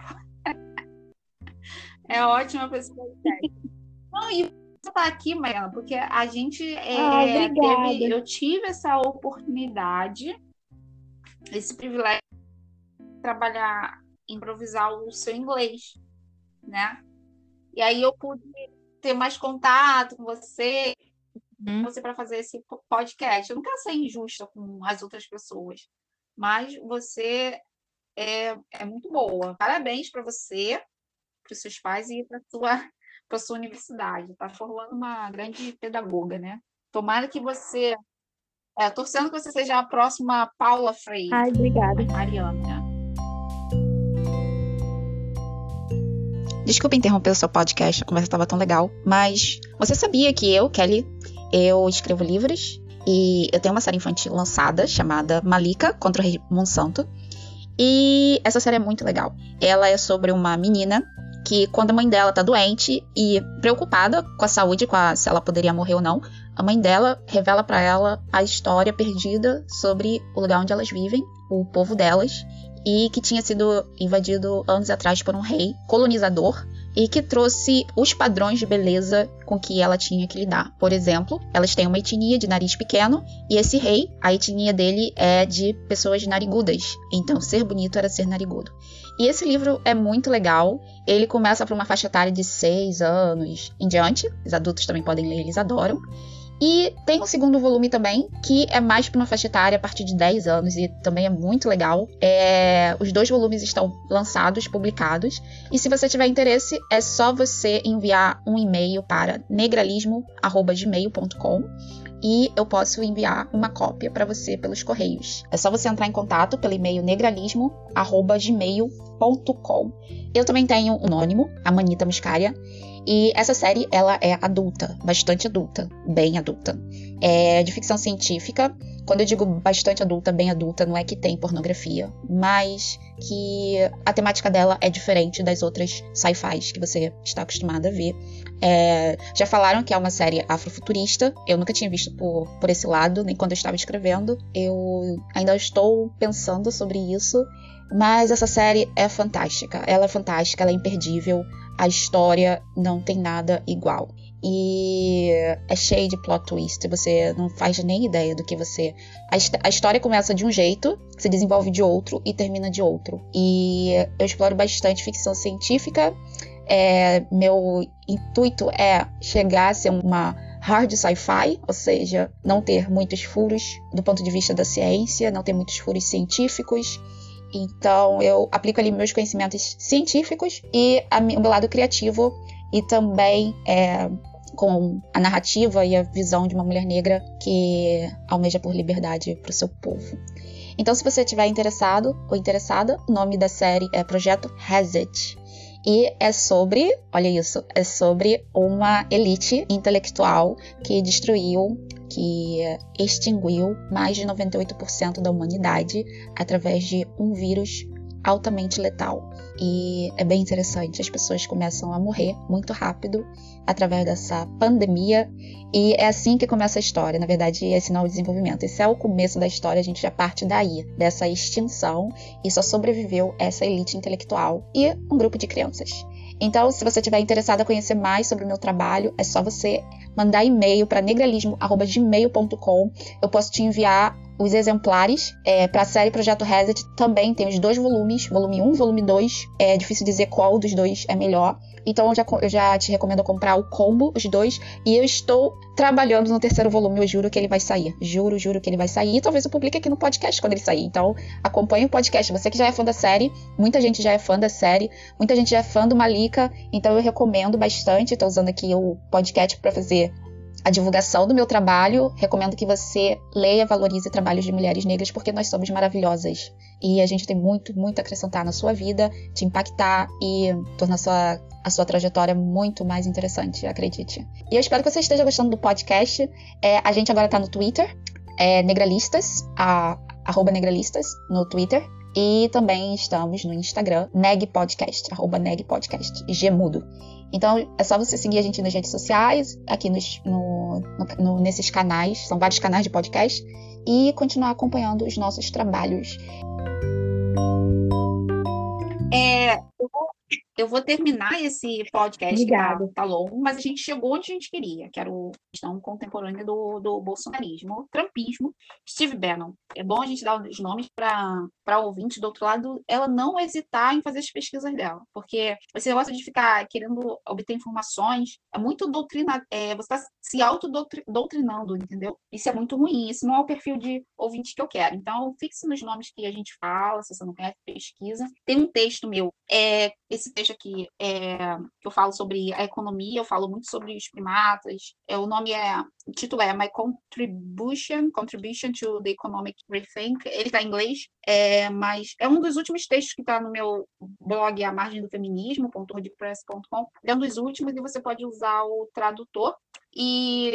é ótima para esse podcast. Não, e você tá aqui, Mariana, porque a gente eu tive essa oportunidade, esse privilégio de trabalhar, improvisar o seu inglês, né? E aí eu pude ter mais contato com você, para fazer esse podcast. Eu não quero ser injusta com as outras pessoas, mas você é muito boa. Parabéns para você, para os seus pais e para sua universidade. Está formando uma grande pedagoga, né? Tomara que você... torcendo que você seja a próxima Paula Freire. Ai, obrigada. Mariana. Desculpa interromper o seu podcast, a conversa estava tão legal, mas você sabia que eu, Kelly, eu escrevo livros e eu tenho uma série infantil lançada chamada Malika contra o Rei Monsanto, e essa série é muito legal. Ela é sobre uma menina que, quando a mãe dela tá doente e preocupada com a saúde, se ela poderia morrer ou não, a mãe dela revela para ela a história perdida sobre o lugar onde elas vivem, o povo delas, e que tinha sido invadido anos atrás por um rei colonizador e que trouxe os padrões de beleza com que ela tinha que lidar. Por exemplo, elas têm uma etnia de nariz pequeno e esse rei, a etnia dele é de pessoas narigudas, então ser bonito era ser narigudo. E esse livro é muito legal, ele começa para uma faixa etária de 6 anos em diante, os adultos também podem ler, eles adoram. E tem um segundo volume também, que é mais para uma faixa etária a partir de 10 anos e também é muito legal. Os 2 volumes estão lançados, publicados. E se você tiver interesse, é só você enviar um e-mail para negralismo@gmail.com e eu posso enviar uma cópia para você pelos correios. É só você entrar em contato pelo e-mail negralismo@gmail.com. Eu também tenho um anônimo, a Manita Muscaria. E essa série, ela é adulta, bastante adulta, bem adulta. É de ficção científica. Quando eu digo bastante adulta, bem adulta, não é que tem pornografia, mas que a temática dela é diferente das outras sci-fis que você está acostumada a ver. Já falaram que é uma série afrofuturista. Eu nunca tinha visto por esse lado, nem quando eu estava escrevendo. Eu ainda estou pensando sobre isso. Mas essa série é fantástica. Ela é fantástica, ela é imperdível. A história não tem nada igual. e é cheio de plot twist, você não faz nem ideia do que você... A história começa de um jeito, se desenvolve de outro e termina de outro. E eu exploro bastante ficção científica. Meu intuito é chegar a ser uma hard sci-fi, ou seja, não ter muitos furos do ponto de vista da ciência, não ter muitos furos científicos. Então eu aplico ali meus conhecimentos científicos e o meu lado criativo, e também com a narrativa e a visão de uma mulher negra que almeja por liberdade para o seu povo. Então, se você estiver interessado ou interessada, o nome da série é Projeto Hazet. E é sobre, olha isso, é sobre uma elite intelectual que destruiu, que extinguiu mais de 98% da humanidade através de um vírus altamente letal. E é bem interessante, as pessoas começam a morrer muito rápido através dessa pandemia, e é assim que começa a história. Na verdade, esse não é o desenvolvimento, esse é o começo da história. A gente já parte daí, dessa extinção, e só sobreviveu essa elite intelectual e um grupo de crianças. Então, se você estiver interessado em conhecer mais sobre o meu trabalho, é só você mandar e-mail para negralismo@gmail.com. Eu posso te enviar os exemplares para a série Projeto Hazet. Também tem os 2 volumes, volume 1 e volume 2. É difícil dizer qual dos 2 é melhor. Então eu já te recomendo comprar o combo, os 2. E eu estou trabalhando no 3º volume, eu juro que ele vai sair. Juro que ele vai sair. E talvez eu publique aqui no podcast quando ele sair. Então acompanhe o podcast. Você que já é fã da série, muita gente já é fã da série, muita gente já é fã do Malika. Então eu recomendo bastante. Estou usando aqui o podcast para fazer a divulgação do meu trabalho. Recomendo que você leia, valorize trabalhos de mulheres negras, porque nós somos maravilhosas. E a gente tem muito, muito a acrescentar na sua vida, te impactar e tornar a sua trajetória muito mais interessante, acredite. E eu espero que você esteja gostando do podcast. A gente agora tá no Twitter, Negralistas, @Negralistas no Twitter. E também estamos no Instagram, negpodcast, @negpodcast, Gmudo. Então, é só você seguir a gente nas redes sociais, aqui nesses canais, são vários canais de podcast, e continuar acompanhando os nossos trabalhos. Eu vou terminar esse podcast, Obrigada. que tá longo, mas a gente chegou onde a gente queria, que era a questão contemporânea do bolsonarismo, trumpismo, Steve Bannon. É bom a gente dar os nomes para ouvinte do outro lado, ela não hesitar em fazer as pesquisas dela, porque esse negócio de ficar querendo obter informações é muito você está se autodoutrinando, entendeu? Isso é muito ruim, isso não é o perfil de ouvinte que eu quero. Então, fixe nos nomes que a gente fala, se você não conhece, pesquisa. Tem um texto meu, esse texto aqui, que eu falo sobre a economia, eu falo muito sobre os primatas. O título é My Contribution to the Economic Rethink. Ele está em inglês, mas é um dos últimos textos que está no meu blog, A Margem do Feminismo.wordpress.com. É um dos últimos, e você pode usar o tradutor. E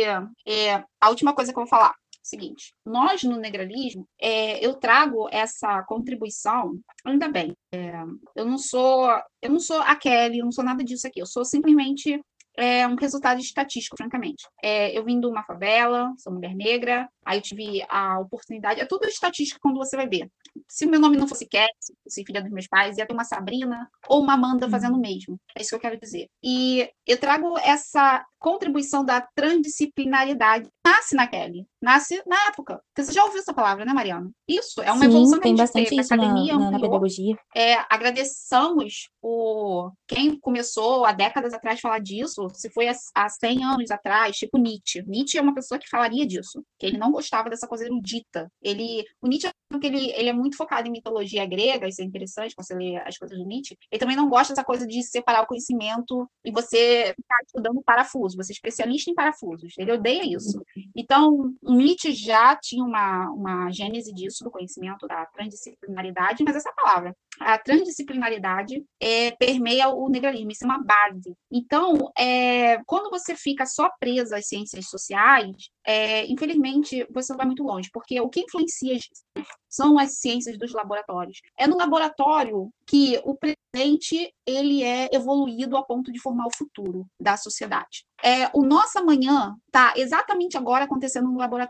a última coisa que eu vou falar, seguinte, nós no negralismo, eu trago essa contribuição, ainda bem, eu não sou a Kelly, eu não sou nada disso aqui, eu sou simplesmente um resultado estatístico, francamente. Eu vim de uma favela, sou mulher negra, aí eu tive a oportunidade, é tudo estatístico quando você vai ver. Se o meu nome não fosse Kelly, se fosse filha dos meus pais, ia ter uma Sabrina ou uma Amanda fazendo o mesmo. É isso que eu quero dizer. E eu trago essa contribuição da transdisciplinaridade. Nasce na Kelly, nasce na época. Você já ouviu essa palavra, né, Mariana? Isso, é uma evolução que a tem gente bastante teve. isso A academia na ampliou. pedagogia. Agradeçamos quem começou há décadas atrás a falar disso, se foi há 100 anos atrás, tipo Nietzsche. Nietzsche é uma pessoa que falaria disso, que ele não gostava dessa coisa erudita. O Nietzsche, porque ele é muito focado em mitologia grega, isso é interessante, quando você lê as coisas do Nietzsche. Ele também não gosta dessa coisa de separar o conhecimento e você ficar estudando parafuso, você é especialista em parafusos. Ele odeia isso. Então, Nietzsche já tinha uma gênese disso, do conhecimento da transdisciplinaridade, mas essa palavra, a transdisciplinaridade, permeia o negralismo, isso é uma base. Então, quando você fica só presa às ciências sociais, infelizmente, você não vai muito longe, porque o que influencia são as ciências dos laboratórios. É no laboratório que o presente ele é evoluído a ponto de formar o futuro da sociedade. O nosso amanhã está exatamente agora acontecendo no laboratório.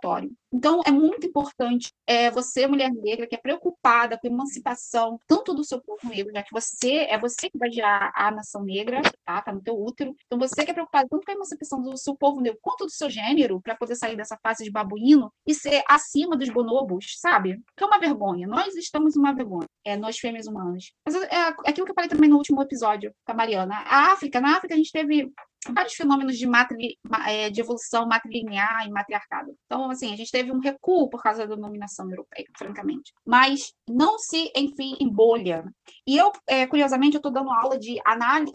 Então, é muito importante você, mulher negra, que é preocupada com a emancipação, tanto do seu povo negro, já que você que vai gerar a nação negra, tá no teu útero. Então, você que é preocupada tanto com a emancipação do seu povo negro, quanto do seu gênero, para poder sair dessa fase de babuíno e ser acima dos bonobos, sabe? Que é uma vergonha. Nós estamos uma vergonha. Nós, fêmeas humanas. Mas aquilo que eu falei também no último episódio com a Mariana. Na África, a gente teve vários fenômenos de evolução matrilinear e matriarcado. Então, assim, a gente teve um recuo por causa da dominação europeia, francamente. Mas não se, enfim, em bolha. E eu, curiosamente, eu estou dando aula de análise,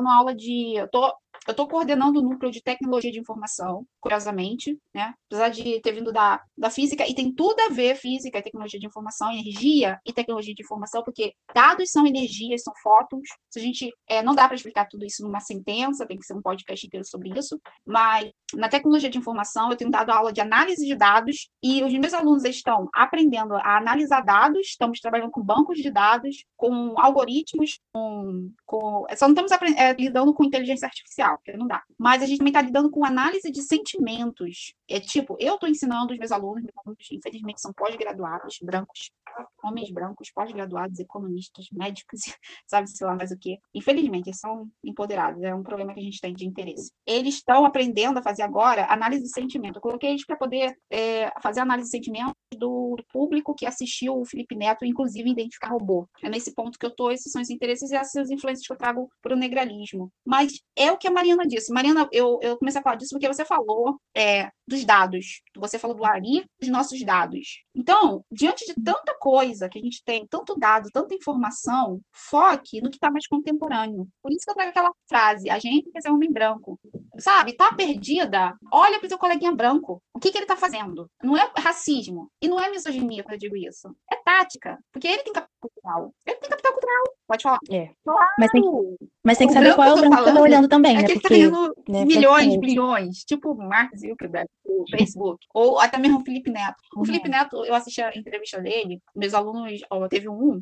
eu estou coordenando o núcleo de tecnologia de informação, curiosamente, né? Apesar de ter vindo da física, e tem tudo a ver física e tecnologia de informação, energia e tecnologia de informação, porque dados são energias, são fótons. Se a gente não dá para explicar tudo isso numa sentença, tem que ser um podcast inteiro sobre isso, mas na tecnologia de informação eu tenho dado aula de análise de dados e os meus alunos estão aprendendo a analisar dados, estamos trabalhando com bancos de dados, com algoritmos, só não estamos lidando com inteligência artificial, porque não dá, mas a gente também está lidando com análise de sentimentos. Eu estou ensinando os meus alunos, infelizmente são pós-graduados, brancos, homens brancos, pós-graduados, economistas, médicos, sabe-se lá mais o quê. Infelizmente, eles são empoderados, é um problema que a gente tem de interesse. Eles estão aprendendo a fazer agora análise de sentimento. Eu coloquei eles para poder fazer análise de sentimento do público que assistiu o Felipe Neto, inclusive identificar robô. É nesse ponto que eu estou, esses são os interesses e essas influências que eu trago para o negralismo. Mas é o que a Mariana disse. Mariana, eu comecei a falar disso porque você falou dos dados. Você falou do Ari, dos nossos dados. Então, diante de tanta coisa que a gente tem, tanto dado, tanta informação, foque no que está mais contemporâneo. Por isso que eu trago aquela frase, a gente quer ser homem branco. Sabe, tá perdida? Olha para o seu coleguinha branco. O que ele está fazendo? Não é racismo. E não é misoginia quando eu digo isso. É tática. Porque ele tem capital cultural. Pode falar. Claro. Mas tem que saber qual é o branco que tá olhando também, né? Porque ele tá ganhando milhões, bilhões. Tipo o Mark Zuckerberg, o Facebook. Ou até mesmo o Felipe Neto. O Felipe Neto, eu assisti a entrevista dele. Meus alunos, teve um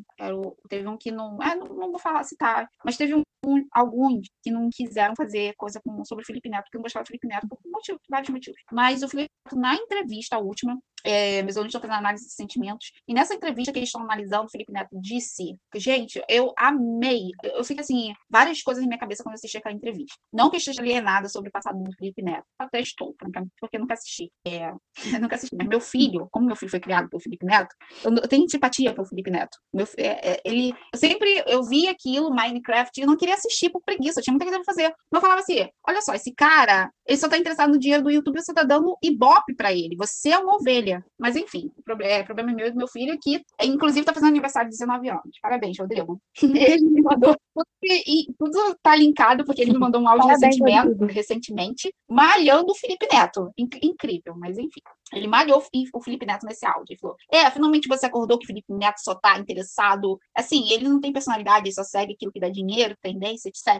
que não vou citar, mas teve alguns que não quiseram fazer coisa sobre o Felipe Neto, porque não gostavam do Felipe Neto por vários motivos. Mas o Felipe Neto, na entrevista última, meus alunos estão fazendo análise de sentimentos, e nessa entrevista que eles estão analisando, o Felipe Neto disse, gente, eu amei, eu fiquei assim, várias coisas na minha cabeça quando eu assisti aquela entrevista. Não que eu esteja alienada sobre o passado do Felipe Neto, até estou, porque eu nunca assisti. Mas meu filho, como meu filho foi criado pelo Felipe Neto, eu tenho simpatia pelo Felipe Neto. Eu via aquilo, Minecraft, e eu não queria assistir por preguiça, eu tinha muita coisa pra fazer. Mas eu falava assim, olha só, esse cara, ele só tá interessado no dinheiro do YouTube, você tá dando ibope pra ele, você é uma ovelha. Mas enfim, o problema meu e do meu filho, que inclusive tá fazendo aniversário de 19 anos. Parabéns, Rodrigo. Ele me mandou, e tudo tá linkado, porque ele me mandou um áudio recentemente, malhando o Felipe Neto. Incrível, mas enfim. Ele malhou o Felipe Neto nesse áudio. Ele falou, finalmente você acordou que o Felipe Neto só tá interessado. Assim, ele não tem personalidade, ele só segue aquilo que dá dinheiro, tendência, etc.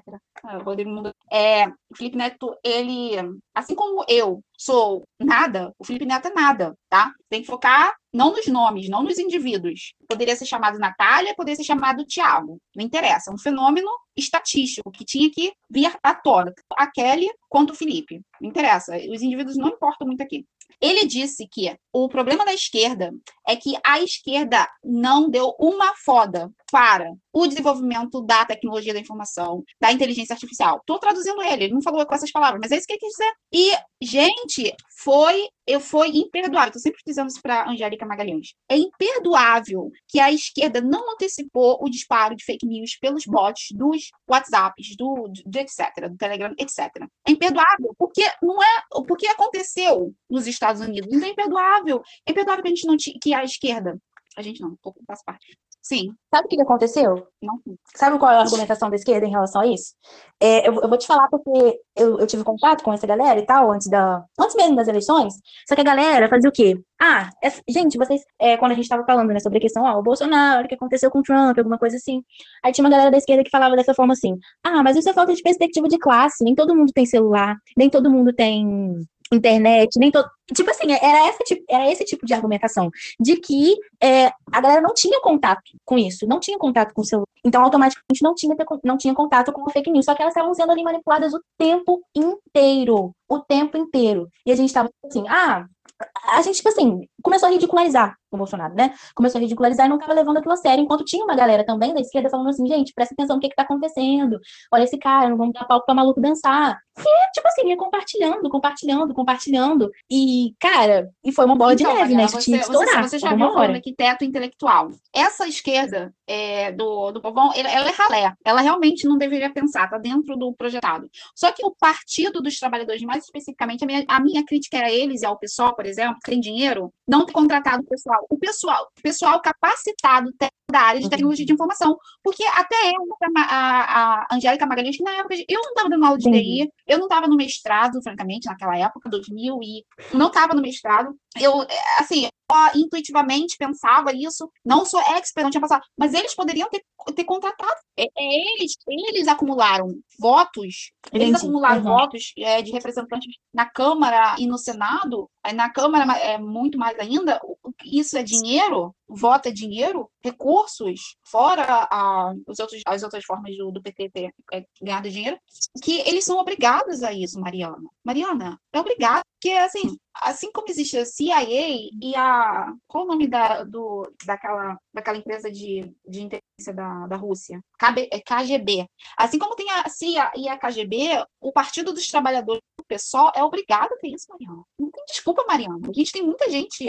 O Felipe Neto, ele, assim como eu sou nada, o Felipe Neto é nada, tá? Tem que focar não nos nomes, não nos indivíduos. Poderia ser chamado Natália, poderia ser chamado Tiago. Não interessa. É um fenômeno estatístico que tinha que vir à tona. A Kelly quanto o Felipe. Não interessa. Os indivíduos não importam muito aqui. Ele disse que o problema da esquerda é que a esquerda não deu uma foda para o desenvolvimento da tecnologia da informação, da inteligência artificial. Estou traduzindo ele não falou com essas palavras, mas é isso que ele quis dizer. E, gente, foi imperdoável. Estou sempre dizendo isso para a Angélica Magalhães. É imperdoável que a esquerda não antecipou o disparo de fake news pelos bots dos WhatsApps, do etc., do Telegram, etc. É imperdoável, porque aconteceu nos Estados Unidos. Então é imperdoável. É imperdoável que a gente não que a esquerda. A gente não, faço parte. Sim. Sabe o que aconteceu? Não. Sabe qual é a argumentação da esquerda em relação a isso? Eu vou te falar porque eu tive contato com essa galera e tal, antes mesmo das eleições, só que a galera fazia o quê? Gente, vocês, quando a gente estava falando, né, sobre a questão, o Bolsonaro, o que aconteceu com o Trump, alguma coisa assim, aí tinha uma galera da esquerda que falava dessa forma assim, mas isso é falta de perspectiva de classe, nem todo mundo tem celular, nem todo mundo tem internet, nem todo... Tipo assim, era esse tipo de argumentação, de que a galera não tinha contato com isso, não tinha contato com o celular, então automaticamente não tinha contato com o fake news, só que elas estavam sendo ali manipuladas o tempo inteiro, e a gente estava assim, a gente, tipo assim, começou a ridicularizar o Bolsonaro, né? Começou a ridicularizar e não tava levando aquilo a sério, enquanto tinha uma galera também da esquerda falando assim, gente, presta atenção no que tá acontecendo, olha esse cara, não vamos dar palco pra maluco dançar. E, tipo assim, ia compartilhando, e, cara, e foi uma bola de neve, Mariana, né? Isso tinha que estourar você já viu falando aqui teto intelectual. Essa esquerda do povão, ela é ralé. Ela realmente não deveria pensar, tá dentro do projetado. Só que o Partido dos Trabalhadores, mais especificamente, a minha crítica a eles e ao PSOL, por exemplo, que tem dinheiro, não ter contratado o pessoal capacitado da área de tecnologia de informação. Porque até a Angélica Magalhães, que na época, eu não estava dando aula de TI, eu não estava no mestrado, francamente, naquela época, 2000, e não estava no mestrado. Eu, assim, intuitivamente pensava isso, não sou expert, não tinha passado, mas eles poderiam ter contratado. Eles acumularam votos, votos de representantes na Câmara e no Senado. Na Câmara é muito mais ainda. Isso é dinheiro, voto é dinheiro, recursos, fora as outras formas do PT ter ganhado dinheiro, que eles são obrigados a isso, Mariana. Mariana, é obrigado, porque assim como existe a CIA e qual o nome daquela empresa de inteligência da Rússia? KGB. Assim como tem a CIA e a KGB, o Partido dos Trabalhadores do PSOL é obrigado a ter isso, Mariana. Não tem desculpa, Mariana. A gente tem muita gente.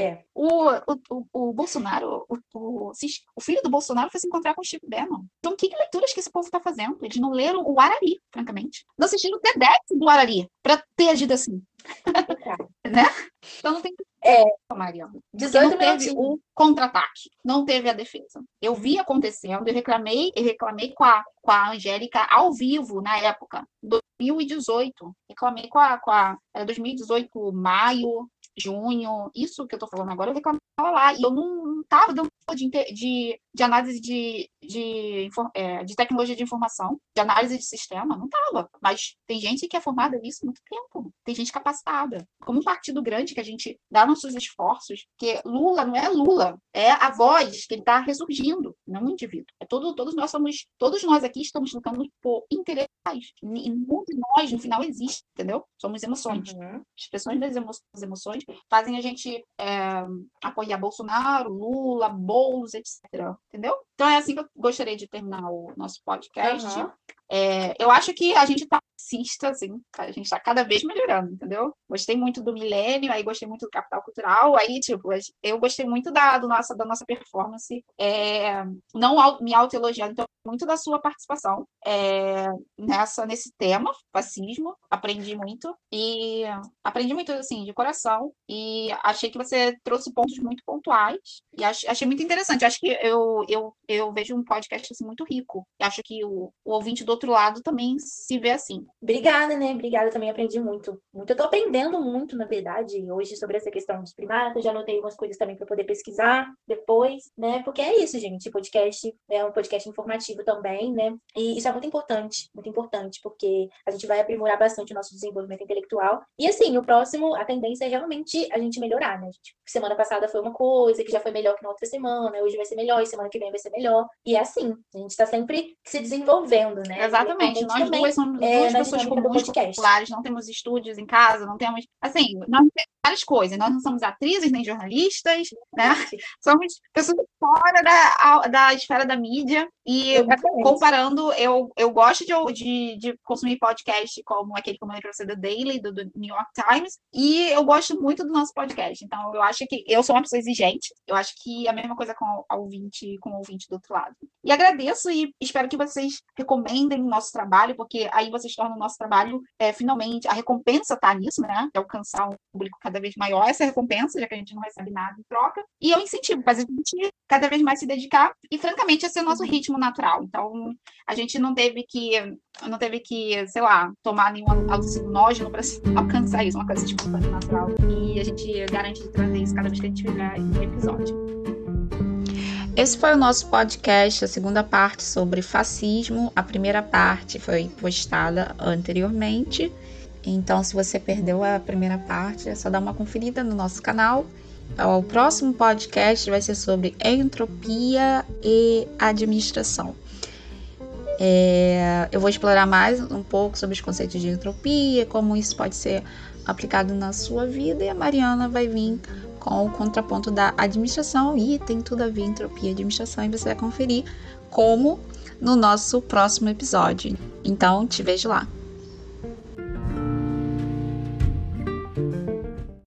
O Bolsonaro, o filho do Bolsonaro foi se encontrar com o Steve Bannon. Então, que leituras que esse povo está fazendo? Eles não leram o Arari, francamente. Não assistiram o TEDx do Arari para ter agido assim. Né? Então não tem Mariana. 18 não teve o contra-ataque, não teve a defesa. Eu vi acontecendo, eu reclamei com a Angélica ao vivo na época, 2018. Reclamei com a 2018, maio, junho, isso que eu tô falando agora, eu reclamava lá, e eu não tava dando de análise de tecnologia de informação, de análise de sistema, não tava. Mas tem gente que é formada nisso há muito tempo, tem gente capacitada. Como um partido grande que a gente dá nossos esforços, porque Lula não é Lula, é a voz que ele está ressurgindo, não um indivíduo. Todos nós aqui estamos lutando por intelectuais. E nenhum de nós, no final, existe, entendeu? Somos emoções. Expressões das emoções fazem a gente apoiar Bolsonaro, Lula, Boulos, etc. Entendeu? Então é assim que eu gostaria de terminar o nosso podcast. Eu acho que a gente está assim, a gente está cada vez melhorando, entendeu? Gostei muito do Milênio, aí gostei muito do Capital Cultural, aí, tipo, eu gostei muito da nossa performance, não me autoelogiando, então, muito da sua participação nesse tema, fascismo, aprendi muito, assim, de coração, e achei que você trouxe pontos muito pontuais, e achei muito interessante, acho que eu vejo um podcast, assim, muito rico, e acho que o ouvinte do outro lado também se vê assim. Obrigada, né? Obrigada, também aprendi muito. Eu tô aprendendo muito, na verdade, hoje sobre essa questão dos primatas, já anotei algumas coisas também para poder pesquisar depois, né? Porque é isso, gente, podcast é um podcast informativo também, né? E isso é muito importante, porque a gente vai aprimorar bastante o nosso desenvolvimento intelectual. E assim, o próximo, a tendência é realmente a gente melhorar, né? Semana passada foi uma coisa que já foi melhor que na outra semana, hoje vai ser melhor, e semana que vem vai ser melhor. E é assim, a gente tá sempre se desenvolvendo, né? Exatamente, nós duas somos duas pessoas comuns, populares, não temos estúdios em casa, não temos, assim, nós temos várias coisas, nós não somos atrizes nem jornalistas, né? Somos pessoas fora da esfera da mídia, e comparando, eu gosto de consumir podcast como aquele que eu mandei para você, The Daily, do New York Times, e eu gosto muito do nosso podcast, então eu acho que eu sou uma pessoa exigente, eu acho que a mesma coisa com o ouvinte do outro lado. E agradeço e espero que vocês recomendem o nosso trabalho, porque aí vocês tornam o nosso trabalho, finalmente, a recompensa está nisso, né? De alcançar um público cada vez maior, essa recompensa, já que a gente não recebe nada em troca. E eu incentivo, fazer a gente cada vez mais se dedicar, e francamente, esse é o nosso ritmo natural. Então, a gente não teve que, sei lá, tomar nenhum alucinógeno para alcançar isso, uma coisa espontânea, natural. E a gente garante de trazer isso cada vez que a gente fizer um episódio. Esse foi o nosso podcast, a segunda parte sobre fascismo. A primeira parte foi postada anteriormente. Então, se você perdeu a primeira parte, é só dar uma conferida no nosso canal. O próximo podcast vai ser sobre entropia e administração. Eu vou explorar mais um pouco sobre os conceitos de entropia, como isso pode ser aplicado na sua vida, e a Mariana vai vir com o contraponto da administração, e tem tudo a ver entropia e administração, e você vai conferir como no nosso próximo episódio. Então, te vejo lá.